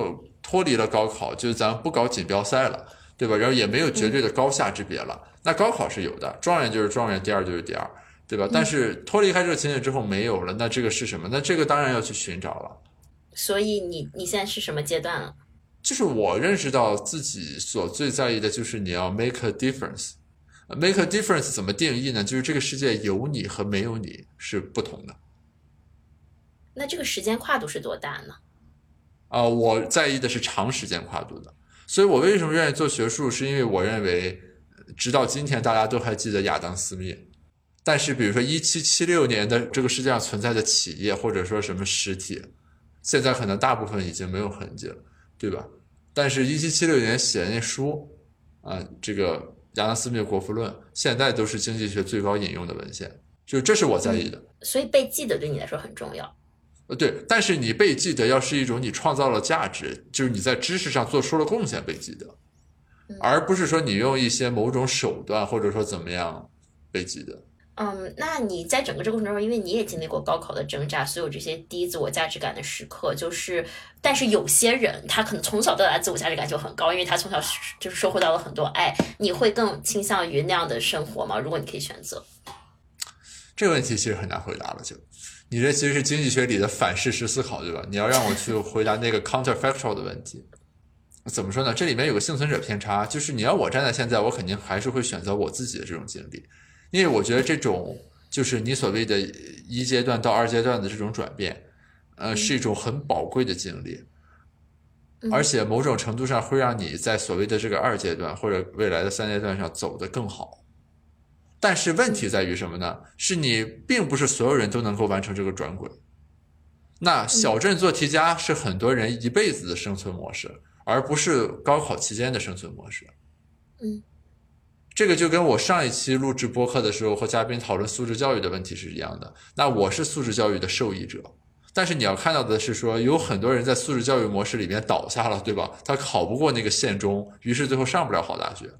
脱离了高考，就咱不搞锦标赛了，对吧？然后也没有绝对的高下之别了。那高考是有的，状元就是状元，第二就是第二，对吧？但是脱离开这个情景之后没有了，那这个是什么？那这个当然要去寻找了。 所以你现在是什么阶段了？ 就是我认识到自己所最在意的就是你要 make a difference。make a difference 怎么定义呢？就是这个世界有你和没有你是不同的。 那这个时间跨度是多大呢？ 我在意的是长时间跨度的。所以我为什么愿意做学术，是因为我认为直到今天大家都还记得亚当斯密，但是比如说1776年的这个世界上存在的企业或者说什么实体，现在可能大部分已经没有痕迹了，对吧？但是1776年写的那书这个亚当斯密的国富论现在都是经济学最高引用的文献，就这是我在意的。 所以被记得对你来说很重要。 对，但是你被记得要是一种你创造了价值，就是你在知识上做出了贡献被记得，而不是说你用一些某种手段或者说怎么样被记得。 那你在整个这个过程中，因为你也经历过高考的挣扎，所有这些低自我价值感的时刻，但是有些人他可能从小到大自我价值感就很高，因为他从小就是收获到了很多爱。你会更倾向于那样的生活吗？如果你可以选择。 这个问题其实很难回答了，你这其实是经济学里的反事实思考，对吧？你要让我去回答那个 counterfactual 的问题，怎么说呢？这里面有个幸存者偏差，就是你要我站在现在，我肯定还是会选择我自己的这种经历，因为我觉得这种就是你所谓的1阶段到2阶段的这种转变，是一种很宝贵的经历，而且某种程度上会让你在所谓的这个2阶段或者未来的3阶段上走得更好。但是问题在于什么呢？是你并不是所有人都能够完成这个转轨。那小镇做题家是很多人一辈子的生存模式，而不是高考期间的生存模式。这个就跟我上一期录制播客的时候和嘉宾讨论素质教育的问题是一样的。那我是素质教育的受益者，但是你要看到的是说，有很多人在素质教育模式里面倒下了，对吧？他考不过那个县中，于是最后上不了好大学。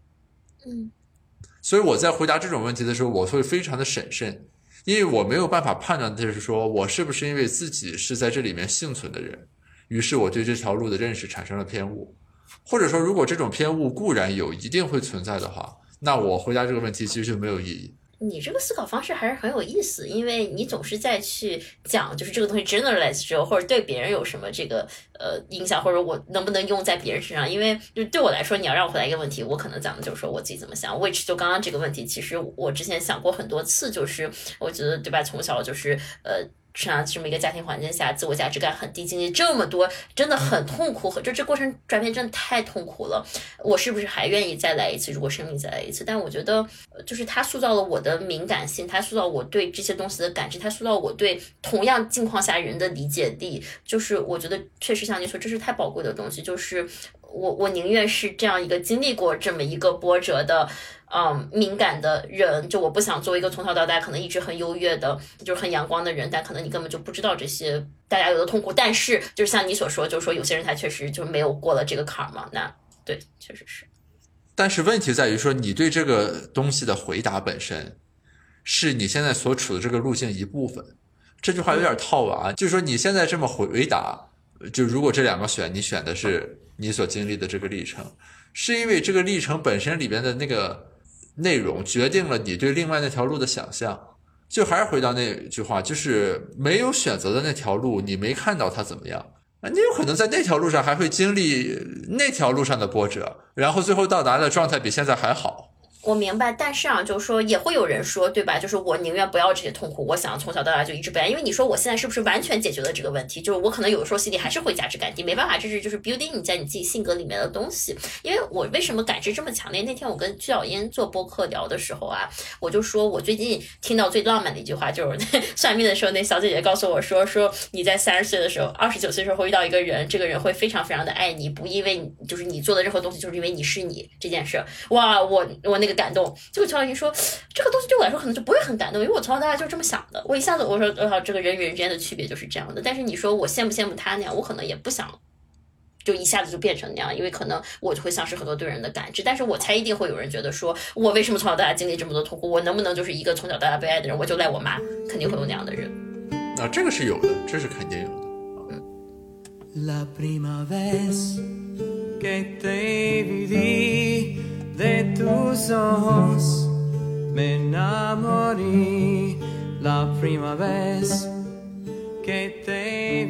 所以我在回答这种问题的时候，我会非常的审慎，因为我没有办法判断的是说我是不是因为自己是在这里面幸存的人，于是我对这条路的认识产生了偏误，或者说如果这种偏误固然有一定会存在的话，那我回答这个问题其实就没有意义。 你这个思考方式还是很有意思，因为你总是在去讲，就是这个东西 generalize 之后，或者对别人有什么这个影响，或者我能不能用在别人身上。因为就对我来说，你要让我回答一个问题，我可能讲的就是说我自己怎么想。which 就刚刚这个问题，其实我之前想过很多次，就是我觉得对吧，从小就是生长这么一个家庭环境下，自我价值感很低，经历这么多，真的很痛苦，就这过程转变真的太痛苦了。我是不是还愿意再来一次？如果生命再来一次？但我觉得，就是它塑造了我的敏感性，它塑造我对这些东西的感知，它塑造我对同样境况下人的理解力。就是我觉得确实像你说，这是太宝贵的东西。就是我宁愿是这样一个经历过这么一个波折的。敏感的人，就我不想做一个从小到大可能一直很优越的，就是很阳光的人，但可能你根本就不知道这些大家有的痛苦。但是就是像你所说，就是说有些人他确实就没有过了这个坎嘛，那对，确实是。 但是问题在于说，你对这个东西的回答本身是你现在所处的这个路径一部分。这句话有点套娃，就是说你现在这么回答，就如果这2个选，你选的是你所经历的这个历程，是因为这个历程本身里边的那个内容决定了你对另外那条路的想象。就还是回到那句话，就是没有选择的那条路，你没看到它怎么样，你有可能在那条路上还会经历那条路上的波折，然后最后到达的状态比现在还好。 我明白，但是就是说也会有人说，对吧？就是我宁愿不要这些痛苦，我想从小到大就一直不要。因为你说我现在是不是完全解决了这个问题？就是我可能有的时候心里还是会价值感低，没办法，这是就是 building 你在你自己性格里面的东西。因为我为什么感知这么强烈？那天我跟居小烟做播客聊的时候啊，我就说我最近听到最浪漫的一句话，就是算命的时候那小姐姐告诉我说你在30岁的时候，29岁的时候会遇到一个人，这个人会非常非常的爱你，不因为你就是你做的任何东西，就是因为你是你这件事。哇，我那个感动，结果乔小云说这个东西对我来说可能就不会很感动，因为我从小到大就这么想的。我一下子我说这个人与人之间的区别就是这样的。但是你说我羡不羡慕他那样，我可能也不想就一下子就变成那样，因为可能我就会丧失很多对人的感知。但是我猜一定会有人觉得说，我为什么从小到大经历这么多痛苦，我能不能就是一个从小到大被爱的人，我就赖我妈，肯定会有那样的人。 这个是有的，这是肯定有的。 La prima vez que te vi de tus ojos me enamoré. La prima vez que te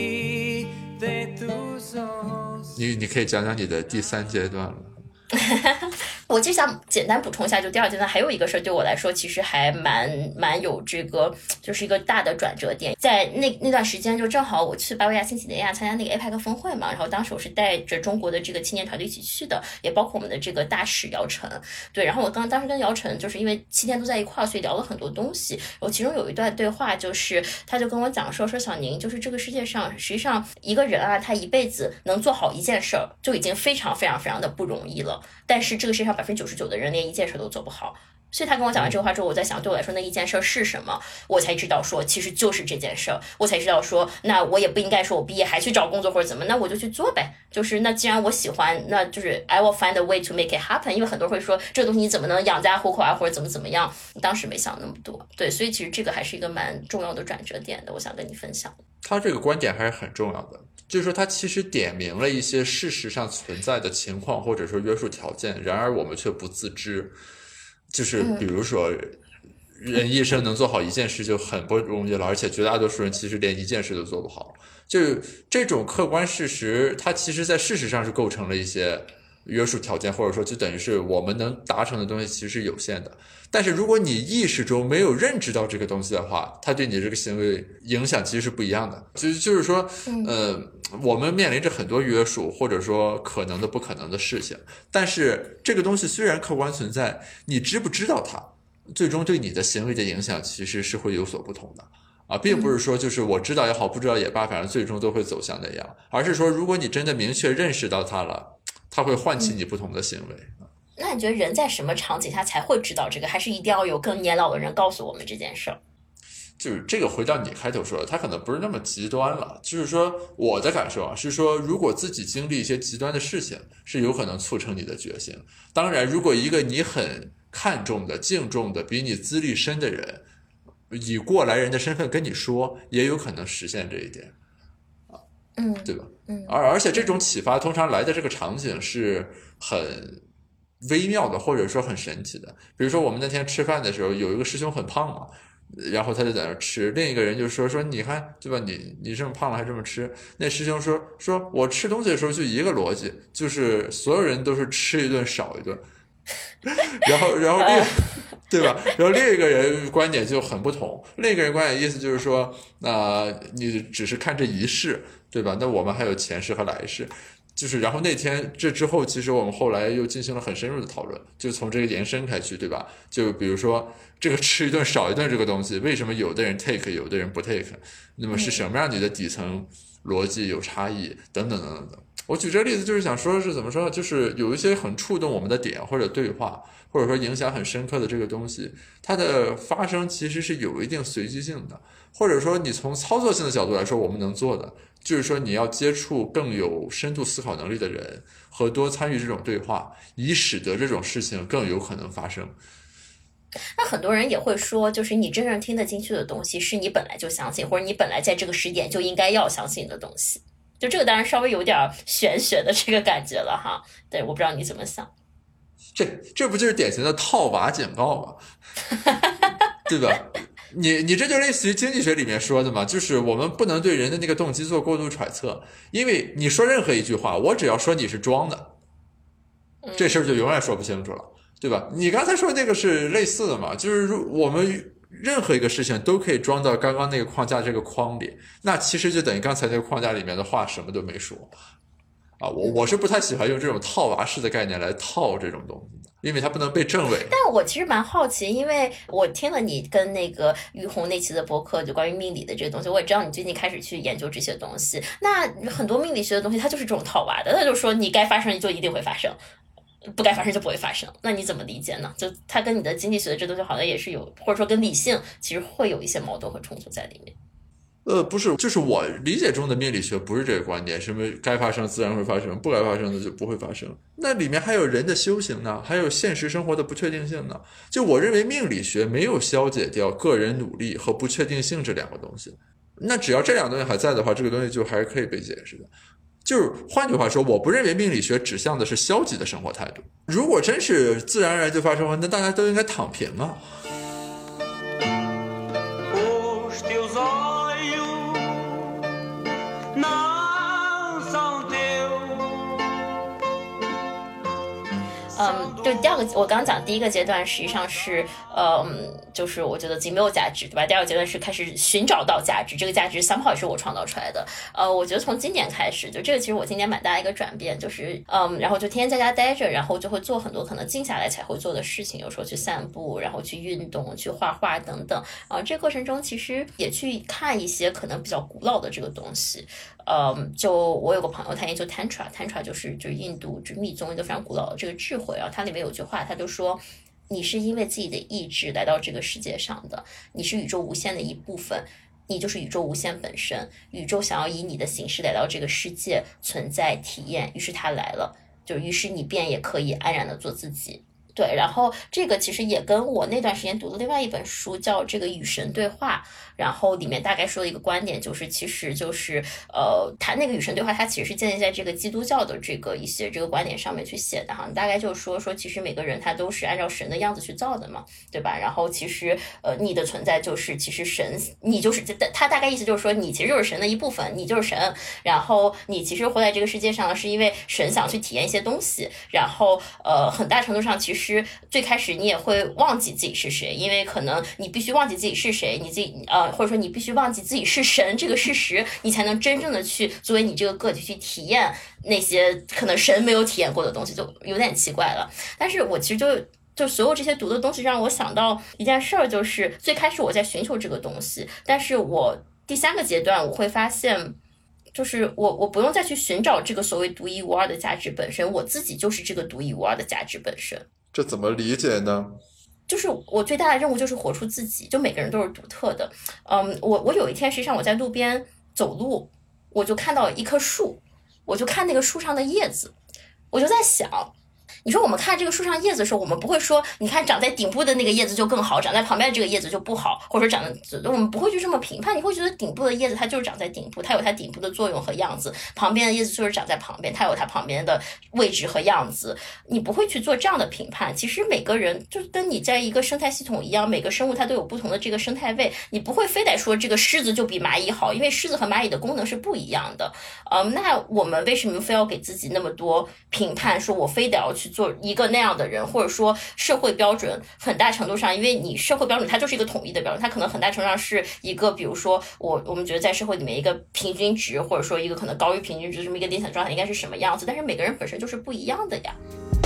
vi de tus ojos。 你可以讲讲你的第3阶段了。 我就想简单补充一下，就第2阶段还有一个事儿，对我来说其实还蛮有这个，就是一个大的转折点。在那段时间，就正好我去巴布亚新几内亚参加那个 APEC 峰会嘛，然后当时我是带着中国的这个青年团队一起去的，也包括我们的这个大使姚晨。对，然后我当时跟姚晨就是因为7天都在一块儿，所以聊了很多东西。然后其中有一段对话，就是他就跟我讲说小宁，就是这个世界上实际上一个人啊，他一辈子能做好一件事儿就已经非常非常非常的不容易了，但是这个世界上99%的人连一件事都做不好。所以他跟我讲完这个话之后，我在想对我来说那一件事是什么，我才知道说其实就是这件事，我才知道说那我也不应该说我毕业还去找工作或者怎么，那我就去做呗，就是那既然我喜欢，那就是 I will find a way to make it happen。 因为很多人会说这个东西你怎么能养家糊口啊，或者怎么样，当时没想那么多。对，所以其实这个还是一个蛮重要的转折点的，我想跟你分享。 他这个观点还是很重要的，就是说他其实点明了一些事实上存在的情况或者说约束条件，然而我们却不自知。就是比如说人一生能做好一件事就很不容易了，而且绝大多数人其实连一件事都做不好。就是这种客观事实，它其实在事实上是构成了一些约束条件，或者说就等于是我们能达成的东西其实是有限的。但是如果你意识中没有认知到这个东西的话，它对你这个行为影响其实是不一样的。就是说我们面临着很多约束或者说可能的不可能的事情，但是这个东西虽然客观存在，你知不知道它最终对你的行为的影响其实是会有所不同的啊，并不是说就是我知道也好不知道也罢，反正最终都会走向那样，而是说如果你真的明确认识到它了，它会唤起你不同的行为。 那你觉得人在什么场景他才会知道这个，还是一定要有更年老的人告诉我们这件事儿？ 就是这个回到你开头说的，他可能不是那么极端了，就是说我的感受啊是说，如果自己经历一些极端的事情是有可能促成你的觉醒。当然如果一个你很看重的敬重的比你资历深的人以过来人的身份跟你说，也有可能实现这一点对吧？而且这种启发通常来的这个场景是很微妙的，或者说很神奇的。比如说我们那天吃饭的时候，有一个师兄很胖嘛，然后他就在那吃，另一个人就说你看对吧，你这么胖了还这么吃。那师兄说我吃东西的时候就一个逻辑，就是所有人都是吃一顿少一顿然后对吧？然后另一个人观点就很不同，另一个人观点意思就是说你只是看这一世对吧，那我们还有前世和来世。就是然后那天这之后其实我们后来又进行了很深入的讨论，就从这个延伸开去对吧，就比如说这个吃一顿少一顿这个东西，为什么有的人 take 有的人不 take， 那么是什么让你的底层逻辑有差异等等等等等。我举这个例子就是想说是怎么说，就是有一些很触动我们的点或者对话或者说影响很深刻的这个东西，它的发生其实是有一定随机性的，或者说你从操作性的角度来说，我们能做的就是说你要接触更有深度思考能力的人和多参与这种对话，以使得这种事情更有可能发生。 那很多人也会说，就是你真正听得进去的东西是你本来就相信，或者你本来在这个时点就应该要相信的东西。就这个当然稍微有点玄学的这个感觉了哈，对，我不知道你怎么想。 这不就是典型的套娃警告吗？对吧？你这就类似于经济学里面说的嘛，就是我们不能对人的那个动机做过度揣测，因为你说任何一句话，我只要说你是装的，这事儿就永远说不清楚了，对吧？你刚才说那个是类似的嘛，就是我们任何一个事情都可以装到刚刚那个框架这个框里，那其实就等于刚才那个框架里面的话什么都没说啊。我是不太喜欢用这种套娃式的概念来套这种东西的，因为它不能被证伪。 但我其实蛮好奇，因为我听了你跟那个于红那期的播客，就关于命理的这个东西，我也知道你最近开始去研究这些东西。那很多命理学的东西它就是这种套娃的，它就说你该发生就一定会发生，不该发生就不会发生。那你怎么理解呢？就它跟你的经济学的这东西好像也是有，或者说跟理性其实会有一些矛盾和冲突在里面。 不是，就是我理解中的命理学不是这个观点，什么该发生自然会发生，不该发生的就不会发生。那里面还有人的修行呢，还有现实生活的不确定性呢。就我认为命理学没有消解掉个人努力和不确定性这两个东西。 那只要这两个东西还在的话，这个东西就还是可以被解释的。就是换句话说，我不认为命理学指向的是消极的生活态度。如果真是自然而然就发生的话，那大家都应该躺平啊。 就第二个，我刚刚讲第一个阶段实际上是，就是我觉得自己没有价值，对吧？第二个阶段是开始寻找到价值，这个价值somehow是我创造出来的。我觉得从今年开始，就这个其实我今年蛮大一个转变，就是然后就天天在家待着，然后就会做很多可能静下来才会做的事情，有时候去散步，然后去运动，去画画等等。这个过程中其实也去看一些可能比较古老的这个东西。就我有个朋友，他研究 Tantra 就是印度就是密宗一个非常古老的这个智慧啊，它里面有句话，他就说，你是因为自己的意志来到这个世界上的，你是宇宙无限的一部分，你就是宇宙无限本身，宇宙想要以你的形式来到这个世界存在体验，于是它来了，就于是你便也可以安然的做自己。对，然后这个其实也跟我那段时间读的另外一本书叫这个与神对话，然后里面大概说的一个观点就是，其实就是他那个与神对话，它其实是建立在这个基督教的这个一些这个观点上面去写的哈，大概就是说其实每个人他都是按照神的样子去造的嘛，对吧？然后其实你的存在就是其实神，你就是他大概意思就是说你其实就是神的一部分，你就是神，然后你其实活在这个世界上是因为神想去体验一些东西，然后很大程度上其实最开始你也会忘记自己是谁，因为可能你必须忘记自己是谁，你自己或者说你必须忘记自己是神这个事实，你才能真正的去作为你这个个体去体验那些可能神没有体验过的东西，就有点奇怪了。但是我其实就所有这些读的东西让我想到一件事儿，就是最开始我在寻求这个东西，但是我第三个阶段我会发现，就是我不用再去寻找这个所谓独一无二的价值本身，我自己就是这个独一无二的价值本身。 这怎么理解呢？ 就是我最大的任务就是活出自己，就每个人都是独特的。我有一天实际上我在路边走路，我就看到一棵树，我就看那个树上的叶子，我就在想，你说我们看这个树上叶子的时候，我们不会说你看长在顶部的那个叶子就更好，长在旁边的这个叶子就不好，或者说我们不会去这么评判，你会觉得顶部的叶子它就是长在顶部，它有它顶部的作用和样子，旁边的叶子就是长在旁边，它有它旁边的位置和样子，你不会去做这样的评判。其实每个人就跟你在一个生态系统一样，每个生物它都有不同的这个生态位，你不会非得说这个狮子就比蚂蚁好，因为狮子和蚂蚁的功能是不一样的。那我们为什么非要给自己那么多评判，说我非得要去做一个那样的人，或者说社会标准很大程度上，因为你社会标准它就是一个统一的标准，它可能很大程度上是一个比如说我们觉得在社会里面一个平均值，或者说一个可能高于平均值这么一个理想状态应该是什么样子，但是每个人本身就是不一样的呀，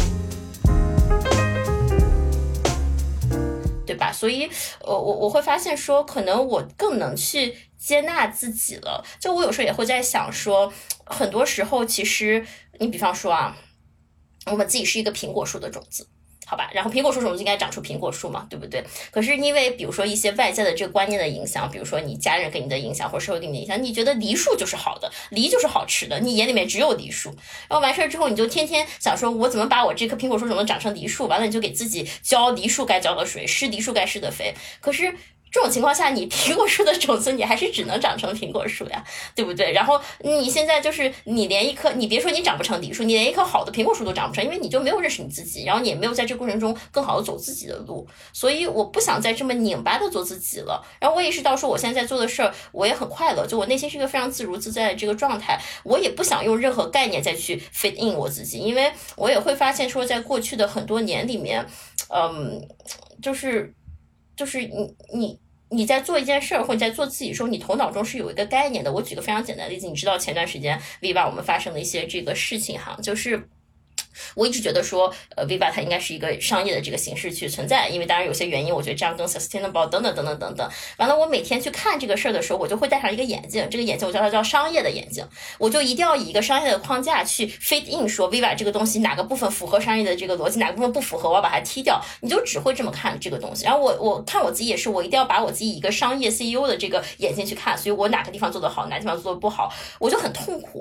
对吧？所以我会发现说可能我更能去接纳自己了。就我有时候也会在想说，很多时候其实你比方说啊，我们自己是一个苹果树的种子，好吧，然后苹果树种子应该长出苹果树嘛，对不对？可是因为比如说一些外在的这个观念的影响，比如说你家人给你的影响或者社会给你的影响，你觉得梨树就是好的，梨就是好吃的，你眼里面只有梨树，然后完事之后你就天天想说我怎么把我这棵苹果树种子长成梨树，完了你就给自己浇梨树该浇的水，施梨树该施的肥，可是这种情况下，你苹果树的种子你还是只能长成苹果树呀，对不对？然后你现在就是你连一棵，你别说你长不成梨树，你连一棵好的苹果树都长不成，因为你就没有认识你自己，然后你也没有在这个过程中更好的走自己的路。所以我不想再这么拧巴的做自己了。然后我意识到说，我现在在做的事儿，我也很快乐，就我内心是一个非常自如自在的这个状态。我也不想用任何概念再去 fit in 我自己，因为我也会发现说，在过去的很多年里面，就是你在做一件事儿，或者你在做自己的时候，你头脑中是有一个概念的。我举个非常简单的例子，你知道前段时间 Viva 我们发生的一些这个事情哈，就是我一直觉得说Viva 它应该是一个商业的这个形式去存在，因为当然有些原因我觉得这样更 sustainable 等等等等等等。完了我每天去看这个事儿的时候，我就会戴上一个眼镜，这个眼镜我叫它叫商业的眼镜，我就一定要以一个商业的框架去 fit in 说 Viva 这个东西哪个部分符合商业的这个逻辑，哪个部分不符合我要把它踢掉，你就只会这么看这个东西。然后我看我自己也是，我一定要把我自己一个商业 CEO 的这个眼镜去看，所以我哪个地方做得好，哪个地方做得不好，我就很痛苦。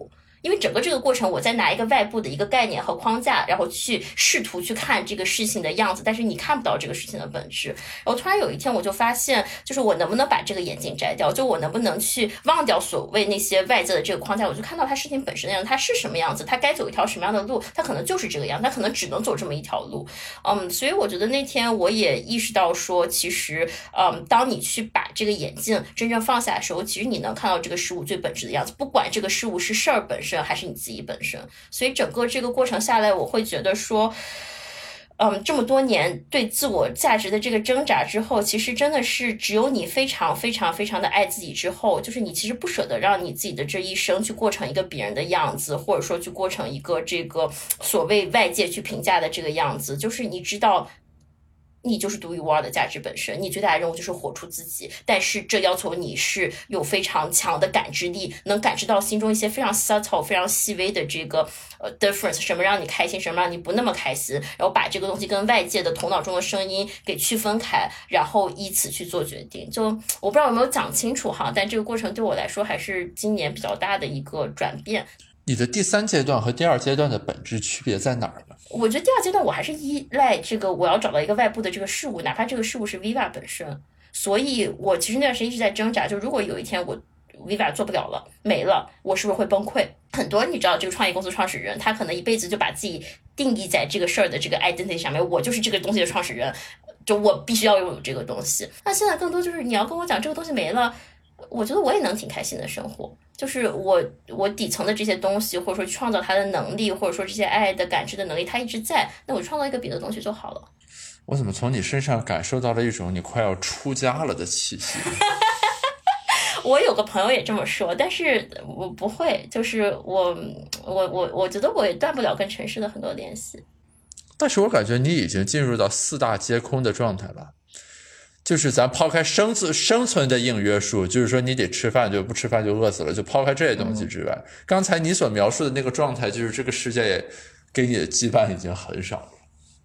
因为整个这个过程我在拿一个外部的一个概念和框架，然后去试图去看这个事情的样子，但是你看不到这个事情的本质。然后突然有一天我就发现，就是我能不能把这个眼镜摘掉，就我能不能去忘掉所谓那些外界的这个框架，我就看到它事情本身的样子，它是什么样子，它该走一条什么样的路，它可能就是这个样子，它可能只能走这么一条路。所以我觉得那天我也意识到说，其实当你去把这个眼镜真正放下的时候，其实你能看到这个事物最本质的样子，不管这个事物是事儿本身还是你自己本身。所以整个这个过程下来，我会觉得说这么多年对自我价值的这个挣扎之后，其实真的是只有你非常非常非常的爱自己之后，就是你其实不舍得让你自己的这一生去过成一个别人的样子，或者说去过成一个这个所谓外界去评价的这个样子，就是你知道你就是独一无二的价值本身，你最大的任务就是活出自己，但是这要求你是有非常强的感知力，能感知到心中一些非常 subtle 非常细微的这个difference， 什么让你开心，什么让你不那么开心，然后把这个东西跟外界的头脑中的声音给区分开，然后依此去做决定。就我不知道有没有讲清楚哈，但这个过程对我来说还是今年比较大的一个转变。 你的第3阶段和第2阶段的本质区别在哪儿呢？ 我觉得第2阶段我还是依赖这个我要找到一个外部的这个事物，哪怕这个事物是 Viva 本身。所以我其实那段时间一直在挣扎，就如果有一天我 Viva 做不了了，没了，我是不是会崩溃？很多你知道这个创业公司创始人，他可能一辈子就把自己定义在这个事儿的这个 identity 上面，我就是这个东西的创始人，就我必须要拥有这个东西。那现在更多就是你要跟我讲这个东西没了，我觉得我也能挺开心的生活，就是我底层的这些东西，或者说创造它的能力，或者说这些爱的感知的能力，它一直在，那我创造一个别的东西就好了。 我怎么从你身上感受到了一种你快要出家了的气息？ 我有个朋友也这么说，但是我不会，就是我觉得我也断不了跟城市的很多联系。 但是我感觉你已经进入到4大皆空的状态了。就是咱抛开生存的硬约束，就是说你得吃饭，就不吃饭就饿死了，就抛开这些东西之外，刚才你所描述的那个状态，就是这个世界也给你的羁绊已经很少了，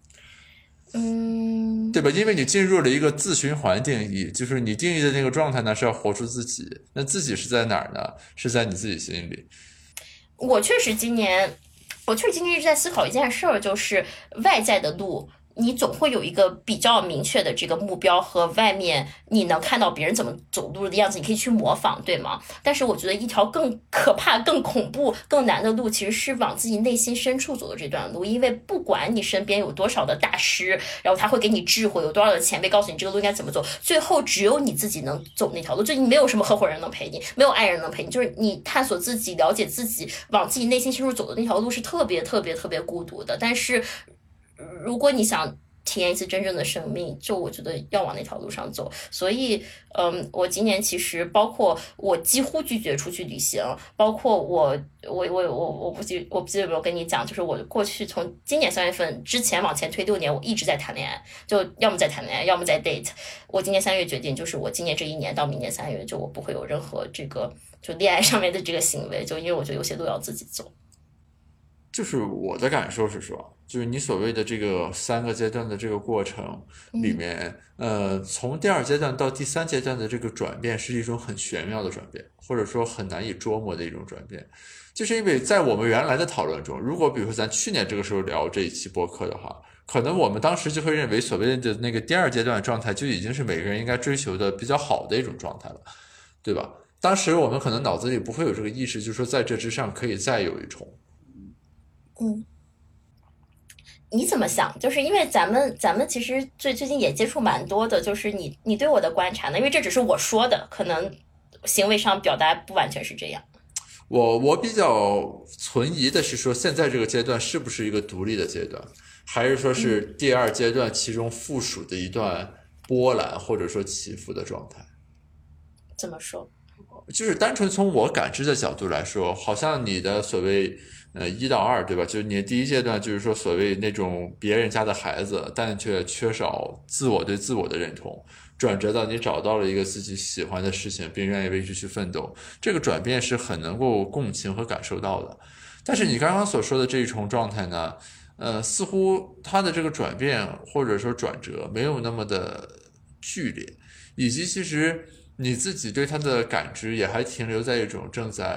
对吧？因为你进入了一个自循环定义，就是你定义的那个状态呢是要活出自己，那自己是在哪儿呢？是在你自己心里。 我确实今年一直在思考一件事儿，就是外在的路你总会有一个比较明确的这个目标，和外面你能看到别人怎么走路的样子，你可以去模仿，对吗？但是我觉得一条更可怕、更恐怖、更难的路，其实是往自己内心深处走的这段路。因为不管你身边有多少的大师，然后他会给你智慧，有多少的前辈告诉你这个路应该怎么走，最后只有你自己能走那条路。就你没有什么合伙人能陪你，没有爱人能陪你，就是你探索自己、了解自己，往自己内心深处走的那条路是特别特别特别孤独的。但是如果你想体验一次真正的生命，就我觉得要往那条路上走。所以我今年其实包括我几乎拒绝出去旅行，包括我不记得有没有跟你讲，就是我过去从今年3月份之前往前推6年，我一直在谈恋爱，就要么在谈恋爱，要么在 date。我今年3月决定，就是我今年这1年到明年3月，就我不会有任何这个就恋爱上面的这个行为，就因为我觉得有些路要自己走。 就是我的感受是说，就是你所谓的这个3个阶段的这个过程里面，从第2阶段到第3阶段的这个转变是一种很玄妙的转变，或者说很难以捉摸的一种转变。就是因为在我们原来的讨论中，如果比如说咱去年这个时候聊这一期播客的话，可能我们当时就会认为所谓的那个第2阶段的状态就已经是每个人应该追求的比较好的一种状态了，对吧？当时我们可能脑子里不会有这个意识，就是说在这之上可以再有一重。 你怎么想？就是因为咱们其实最近也接触蛮多的，就是你对我的观察呢？因为这只是我说的，可能行为上表达不完全是这样。 我比较存疑的是说，现在这个阶段是不是一个独立的阶段，还是说是第2阶段其中附属的一段波澜或者说起伏的状态？ 怎么说？ 就是单纯从我感知的角度来说，好像你的所谓1到2，对吧？就是你的第1阶段，就是说所谓那种别人家的孩子，但却缺少自我对自我的认同，转折到你找到了一个自己喜欢的事情，并愿意为之去奋斗，这个转变是很能够共情和感受到的。但是你刚刚所说的这一重状态呢，似乎它的这个转变或者说转折没有那么的剧烈，以及其实你自己对它的感知也还停留在一种正在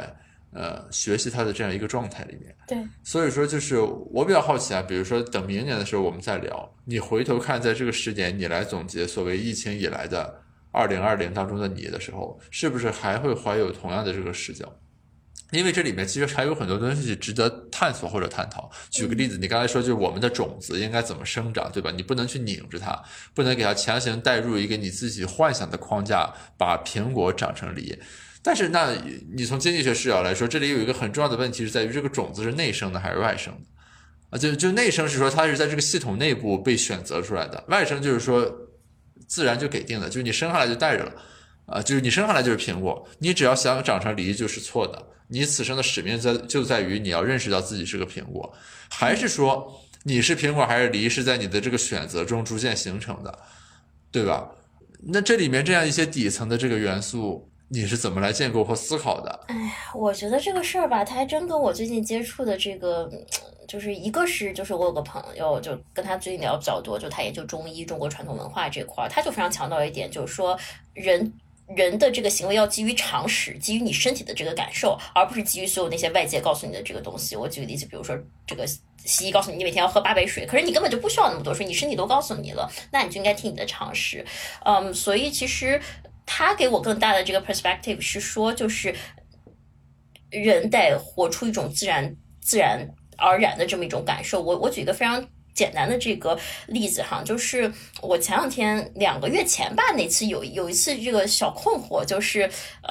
学习他的这样一个状态里面。 对， 所以说就是我比较好奇啊，比如说等明年的时候我们再聊，你回头看在这个时点，你来总结所谓疫情以来的2020当中的你的时候，是不是还会怀有同样的这个视角？因为这里面其实还有很多东西值得探索或者探讨。举个例子，你刚才说就是我们的种子应该怎么生长，对吧？你不能去拧着它，不能给它强行带入一个你自己幻想的框架，把苹果长成梨。但是那你从经济学视角来说，这里有一个很重要的问题是在于这个种子是内生的还是外生的啊？就内生是说它是在这个系统内部被选择出来的，外生就是说自然就给定的，就是你生下来就带着了啊，就是你生下来就是苹果，你只要想长成梨就是错的。你此生的使命就在于你要认识到自己是个苹果，还是说你是苹果还是梨是在你的这个选择中逐渐形成的，对吧？那这里面这样一些底层的这个元素，你是怎么来建构或思考的？ 哎呀，我觉得这个事儿吧，它还真跟我最近接触的这个，就是一个是就是我有个朋友，就跟他最近聊比较多，就他研究中医、中国传统文化这块，他就非常强调一点，就是说人的这个行为要基于常识，基于你身体的这个感受，而不是基于所有那些外界告诉你的这个东西。我举个例子，比如说这个西医告诉你每天要喝8杯水，可是你根本就不需要那么多水，你身体都告诉你了，那你就应该听你的常识。所以其实他给我更大的这个 perspective 是说，就是人得活出一种自然而然的这么一种感受。我举一个非常简单的这个例子哈，就是我前两天2个月前吧，那次有一次这个小困惑，就是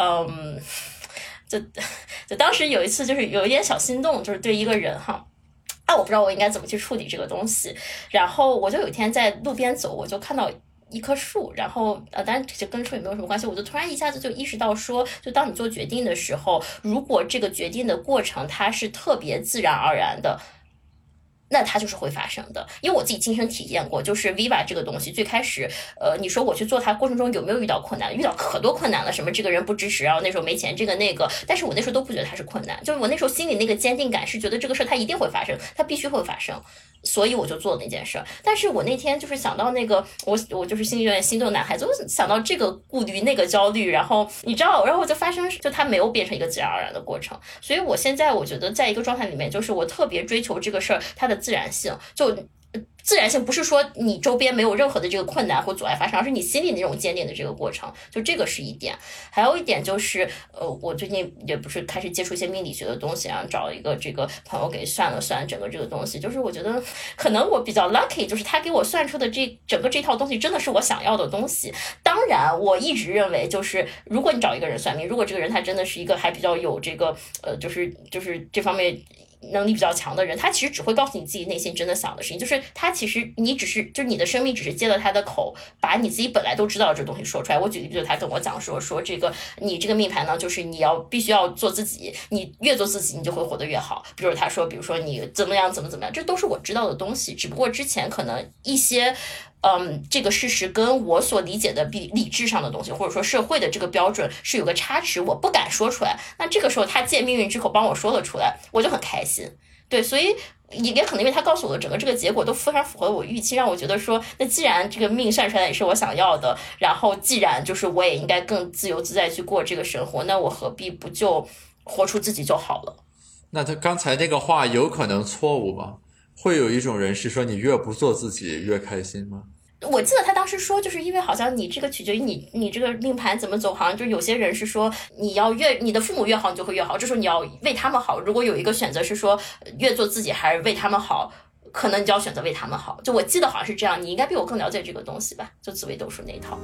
就当时有一次就是有一点小心动，就是对一个人哈。我不知道我应该怎么去处理这个东西，然后我就有一天在路边走，我就看到一棵树，然后当然这跟树也没有什么关系，我就突然一下子就意识到说，就当你做决定的时候，如果这个决定的过程它是特别自然而然的，那它就是会发生的。因为我自己亲身体验过，就是 Viva 这个东西最开始你说我去做它过程中有没有遇到困难，遇到可多困难了，什么这个人不支持啊，那时候没钱这个那个，但是我那时候都不觉得它是困难，就是我那时候心里那个坚定感是觉得这个事它一定会发生，它必须会发生，所以我就做了那件事。但是我那天就是想到那个我就是心里有点心动男孩子，我想到这个顾虑那个焦虑，然后你知道，然后就发生，就它没有变成一个自然而然的过程。所以我现在我觉得在一个状态里面，就是我特别追求这个事儿它的自然性，就自然性不是说你周边没有任何的这个困难或阻碍发生，而是你心里那种坚定的这个过程，就这个是一点。还有一点就是我最近也不是开始接触一些命理学的东西，然后找一个这个朋友给算了算整个这个东西，就是我觉得可能我比较 lucky， 就是他给我算出的整个这套东西真的是我想要的东西。当然我一直认为，就是如果你找一个人算命，如果这个人他真的是一个还比较有这个就是这方面能力比较强的人，他其实只会告诉你自己内心真的想的事情，就是他其实你只是就是你的生命只是接了他的口，把你自己本来都知道的这东西说出来。我举个例子，他跟我讲说这个你这个命盘呢，就是你必须要做自己，你越做自己你就会活得越好。比如他说，比如说你怎么样，这都是我知道的东西，只不过之前可能一些这个事实跟我所理解的理智上的东西，或者说社会的这个标准是有个差池，我不敢说出来。那这个时候他借命运之口帮我说了出来，我就很开心。对，所以也可能因为他告诉我的整个这个结果都非常符合我预期，让我觉得说，那既然这个命算出来也是我想要的，然后既然就是我也应该更自由自在去过这个生活，那我何必不就活出自己就好了？ 那他刚才那个话有可能错误吗？会有一种人是说你越不做自己越开心吗？ 我记得他当时说，就是因为好像你这个取决于你这个命盘怎么走，好像就有些人是说你的父母越好你就会越好，这时候你要为他们好。如果有一个选择是说越做自己还是为他们好，可能你就要选择为他们好。就我记得好像是这样，你应该比我更了解这个东西吧？就紫微斗数那一套。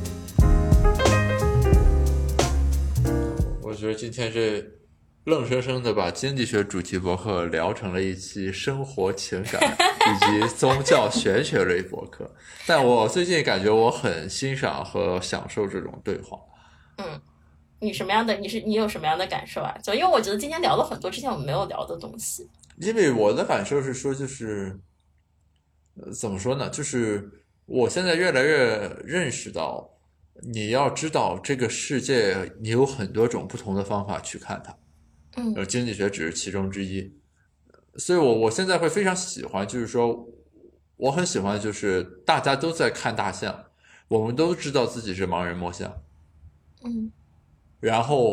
我觉得今天这愣生生的把经济学主题博客聊成了一期生活情感以及宗教玄学类博客，但我最近感觉我很欣赏和享受这种对话。 你有什么样的感受啊？就因为我觉得今天聊了很多之前我们没有聊的东西。 因为我的感受是说，就是怎么说呢，就是我现在越来越认识到，你要知道这个世界你有很多种不同的方法去看它。经济学只是其中之一，所以我现在会非常喜欢，就是说我很喜欢就是大家都在看大象，我们都知道自己是盲人摸象，然后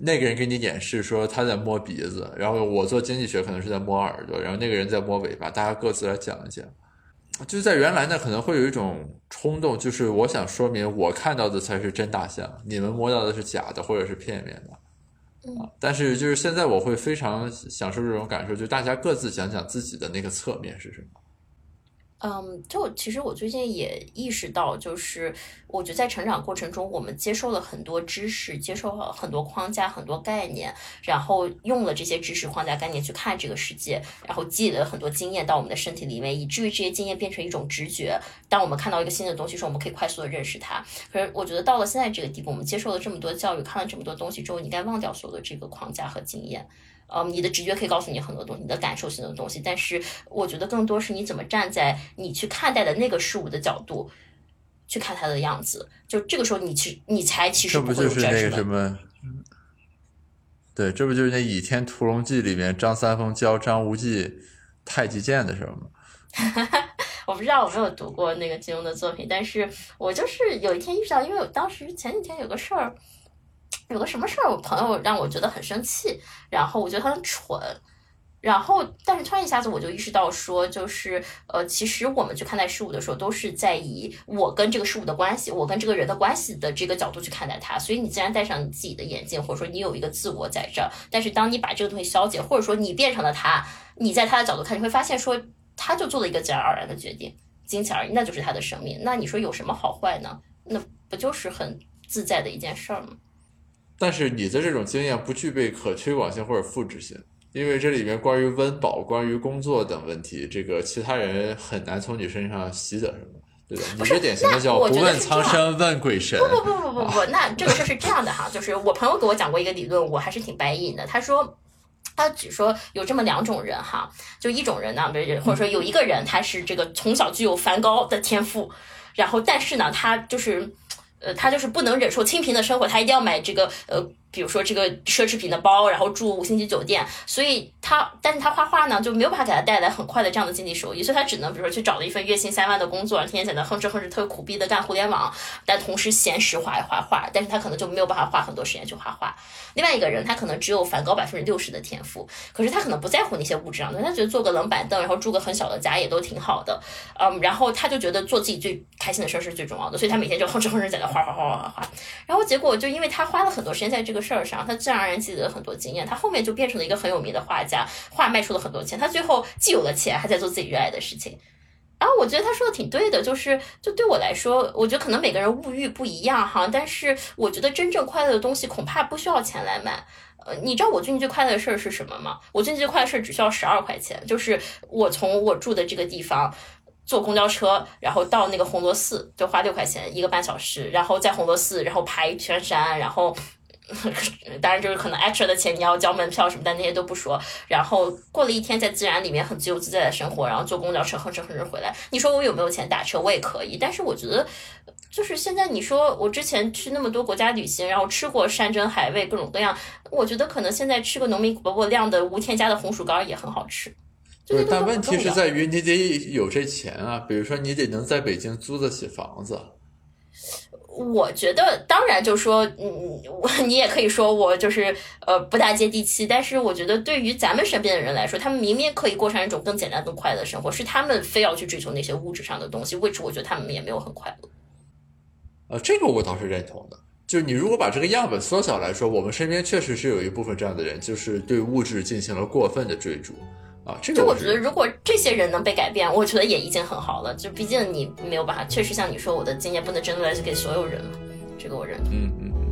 那个人给你演示说他在摸鼻子，然后我做经济学可能是在摸耳朵，然后那个人在摸尾巴，大家各自来讲一讲。就是在原来呢可能会有一种冲动，就是我想说明我看到的才是真大象，你们摸到的是假的或者是片面的。但是就是现在我会非常享受这种感受，就大家各自讲讲自己的那个侧面是什么。 就其实我最近也意识到，就是我觉得在成长过程中，我们接受了很多知识，接受了很多框架、很多概念，然后用了这些知识、框架、概念去看这个世界，然后积累了很多经验到我们的身体里面，以至于这些经验变成一种直觉。当我们看到一个新的东西的时候，我们可以快速的认识它。可是我觉得到了现在这个地步，我们接受了这么多教育，看了这么多东西之后，你应该忘掉所有的这个框架和经验。你的直觉可以告诉你很多东西，你的感受性的东西，但是我觉得更多是你怎么站在你去看待的那个事物的角度去看它的样子，就这个时候你才其实不会有 judgment。 这不就是那个什么？对，这不就是那《倚天屠龙记》里面张三丰教张无忌太极剑的时候吗？ 我不知道，我没有读过那个金庸的作品，但是我就是有一天意识到，因为我当时前几天有个什么事儿，我朋友让我觉得很生气，然后我觉得他很蠢，然后但是突然一下子我就意识到说，就是其实我们去看待事物的时候，都是在以我跟这个事物的关系，我跟这个人的关系的这个角度去看待它，所以你自然戴上你自己的眼镜，或者说你有一个自我在这儿，但是当你把这个东西消解，或者说你变成了他，你在他的角度看，你会发现说他就做了一个自然而然的决定，仅此而已，那就是他的生命。那你说有什么好坏呢？那不就是很自在的一件事儿吗？ 但是你的这种经验不具备可推广性或者复制性，因为这里面关于温饱、关于工作等问题，这个其他人很难从你身上习得什么，对吧？你这典型的叫不问苍生问鬼神。 不，那这个事是这样的哈，就是我朋友给我讲过一个理论，我还是挺白印的。他只说有这么两种人哈，就一种人呢，或者说有一个人他是这个从小具有梵高的天赋，然后但是呢他就是不能忍受清贫的生活，他一定要买这个比如说这个奢侈品的包，然后住5星级酒店，所以但是他画画呢就没有办法给他带来很快的这样的经济收益，所以他只能比如说去找了一份月薪3万的工作，天天在那哼哧特苦逼的干互联网，但同时闲时画一画画，但是他可能就没有办法花很多时间去画画。另外一个人他可能只有梵高60%的天赋，可是他可能不在乎那些物质上的，他觉得坐个冷板凳，然后住个很小的家也都挺好的，然后他就觉得做自己最开心的事是最重要的，所以他每天就哼哧在那画，然后结果就因为他花了很多时间在这个事儿上，他自然而然积累了很多经验，他后面就变成了一个很有名的画家，画卖出了很多钱，他最后既有了钱还在做自己热爱的事情。然后我觉得他说的挺对的，就对我来说，我觉得可能每个人物欲不一样哈，但是我觉得真正快乐的东西恐怕不需要钱来买。你知道我最近最快乐的事儿是什么吗？我最近最快乐的事儿只需要12块钱，就是我从我住的这个地方坐公交车，然后到那个红螺寺就花6块钱1个半小时，然后在红螺寺然后爬一圈山，然后当然就是可能 extra 的钱你要交门票什么，但那些都不说，然后过了一天在自然里面很自由自在的生活，然后坐公交车哼哧回来。你说我有没有钱打车？我也可以，但是我觉得就是现在你说我之前去那么多国家旅行，然后吃过山珍海味各种各样，我觉得可能现在吃个农民伯伯酿的无添加的红薯干也很好吃。 但问题是在于你得有这钱啊，比如说你得能在北京租得起房子。 我觉得当然就是说你也可以说我就是不大接地气，但是我觉得对于咱们身边的人来说，他们明明可以过上一种更简单更快乐的生活，是他们非要去追求那些物质上的东西，which我觉得他们也没有很快乐。 这个我倒是认同的，就是你如果把这个样本缩小来说，我们身边确实是有一部分这样的人，就是对物质进行了过分的追逐啊。这个我觉得如果这些人能被改变，我觉得也已经很好了，就毕竟你没有办法，确实像你说我的经验不能真的来给所有人嘛，这个我认同。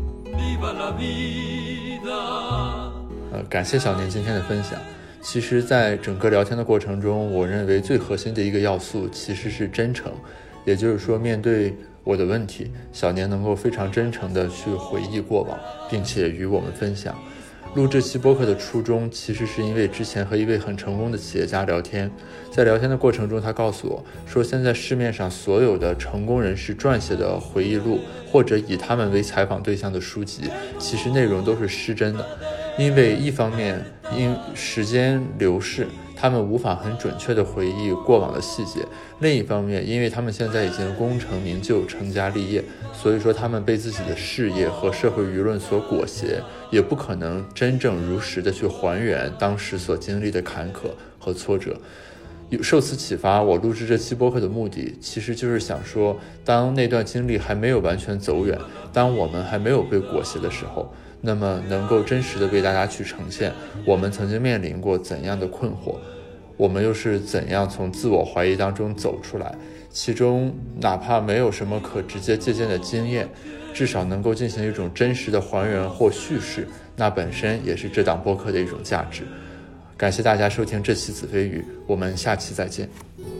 感谢小年今天的分享。其实在整个聊天的过程中，我认为最核心的一个要素其实是真诚，也就是说面对我的问题，小年能够非常真诚地去回忆过往，并且与我们分享。录这期播客的初衷其实是因为之前和一位很成功的企业家聊天，在聊天的过程中他告诉我说，现在市面上所有的成功人士撰写的回忆录或者以他们为采访对象的书籍，其实内容都是失真的。因为一方面因时间流逝， 他们无法很准确地回忆过往的细节。另一方面，因为他们现在已经功成名就，成家立业，所以说他们被自己的事业和社会舆论所裹挟，也不可能真正如实的去还原当时所经历的坎坷和挫折。受此启发，我录制这期播客的目的其实就是想说，当那段经历还没有完全走远，当我们还没有被裹挟的时候，那么能够真实的为大家去呈现我们曾经面临过怎样的困惑，我们又是怎样从自我怀疑当中走出来，其中哪怕没有什么可直接借鉴的经验，至少能够进行一种真实的还原或叙事，那本身也是这档播客的一种价值。感谢大家收听这期子非鱼，我们下期再见。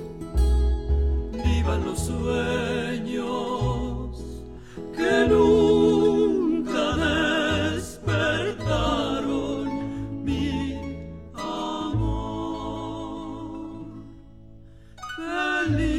Vivan los sueños que nunca despertaron mi amor. Feliz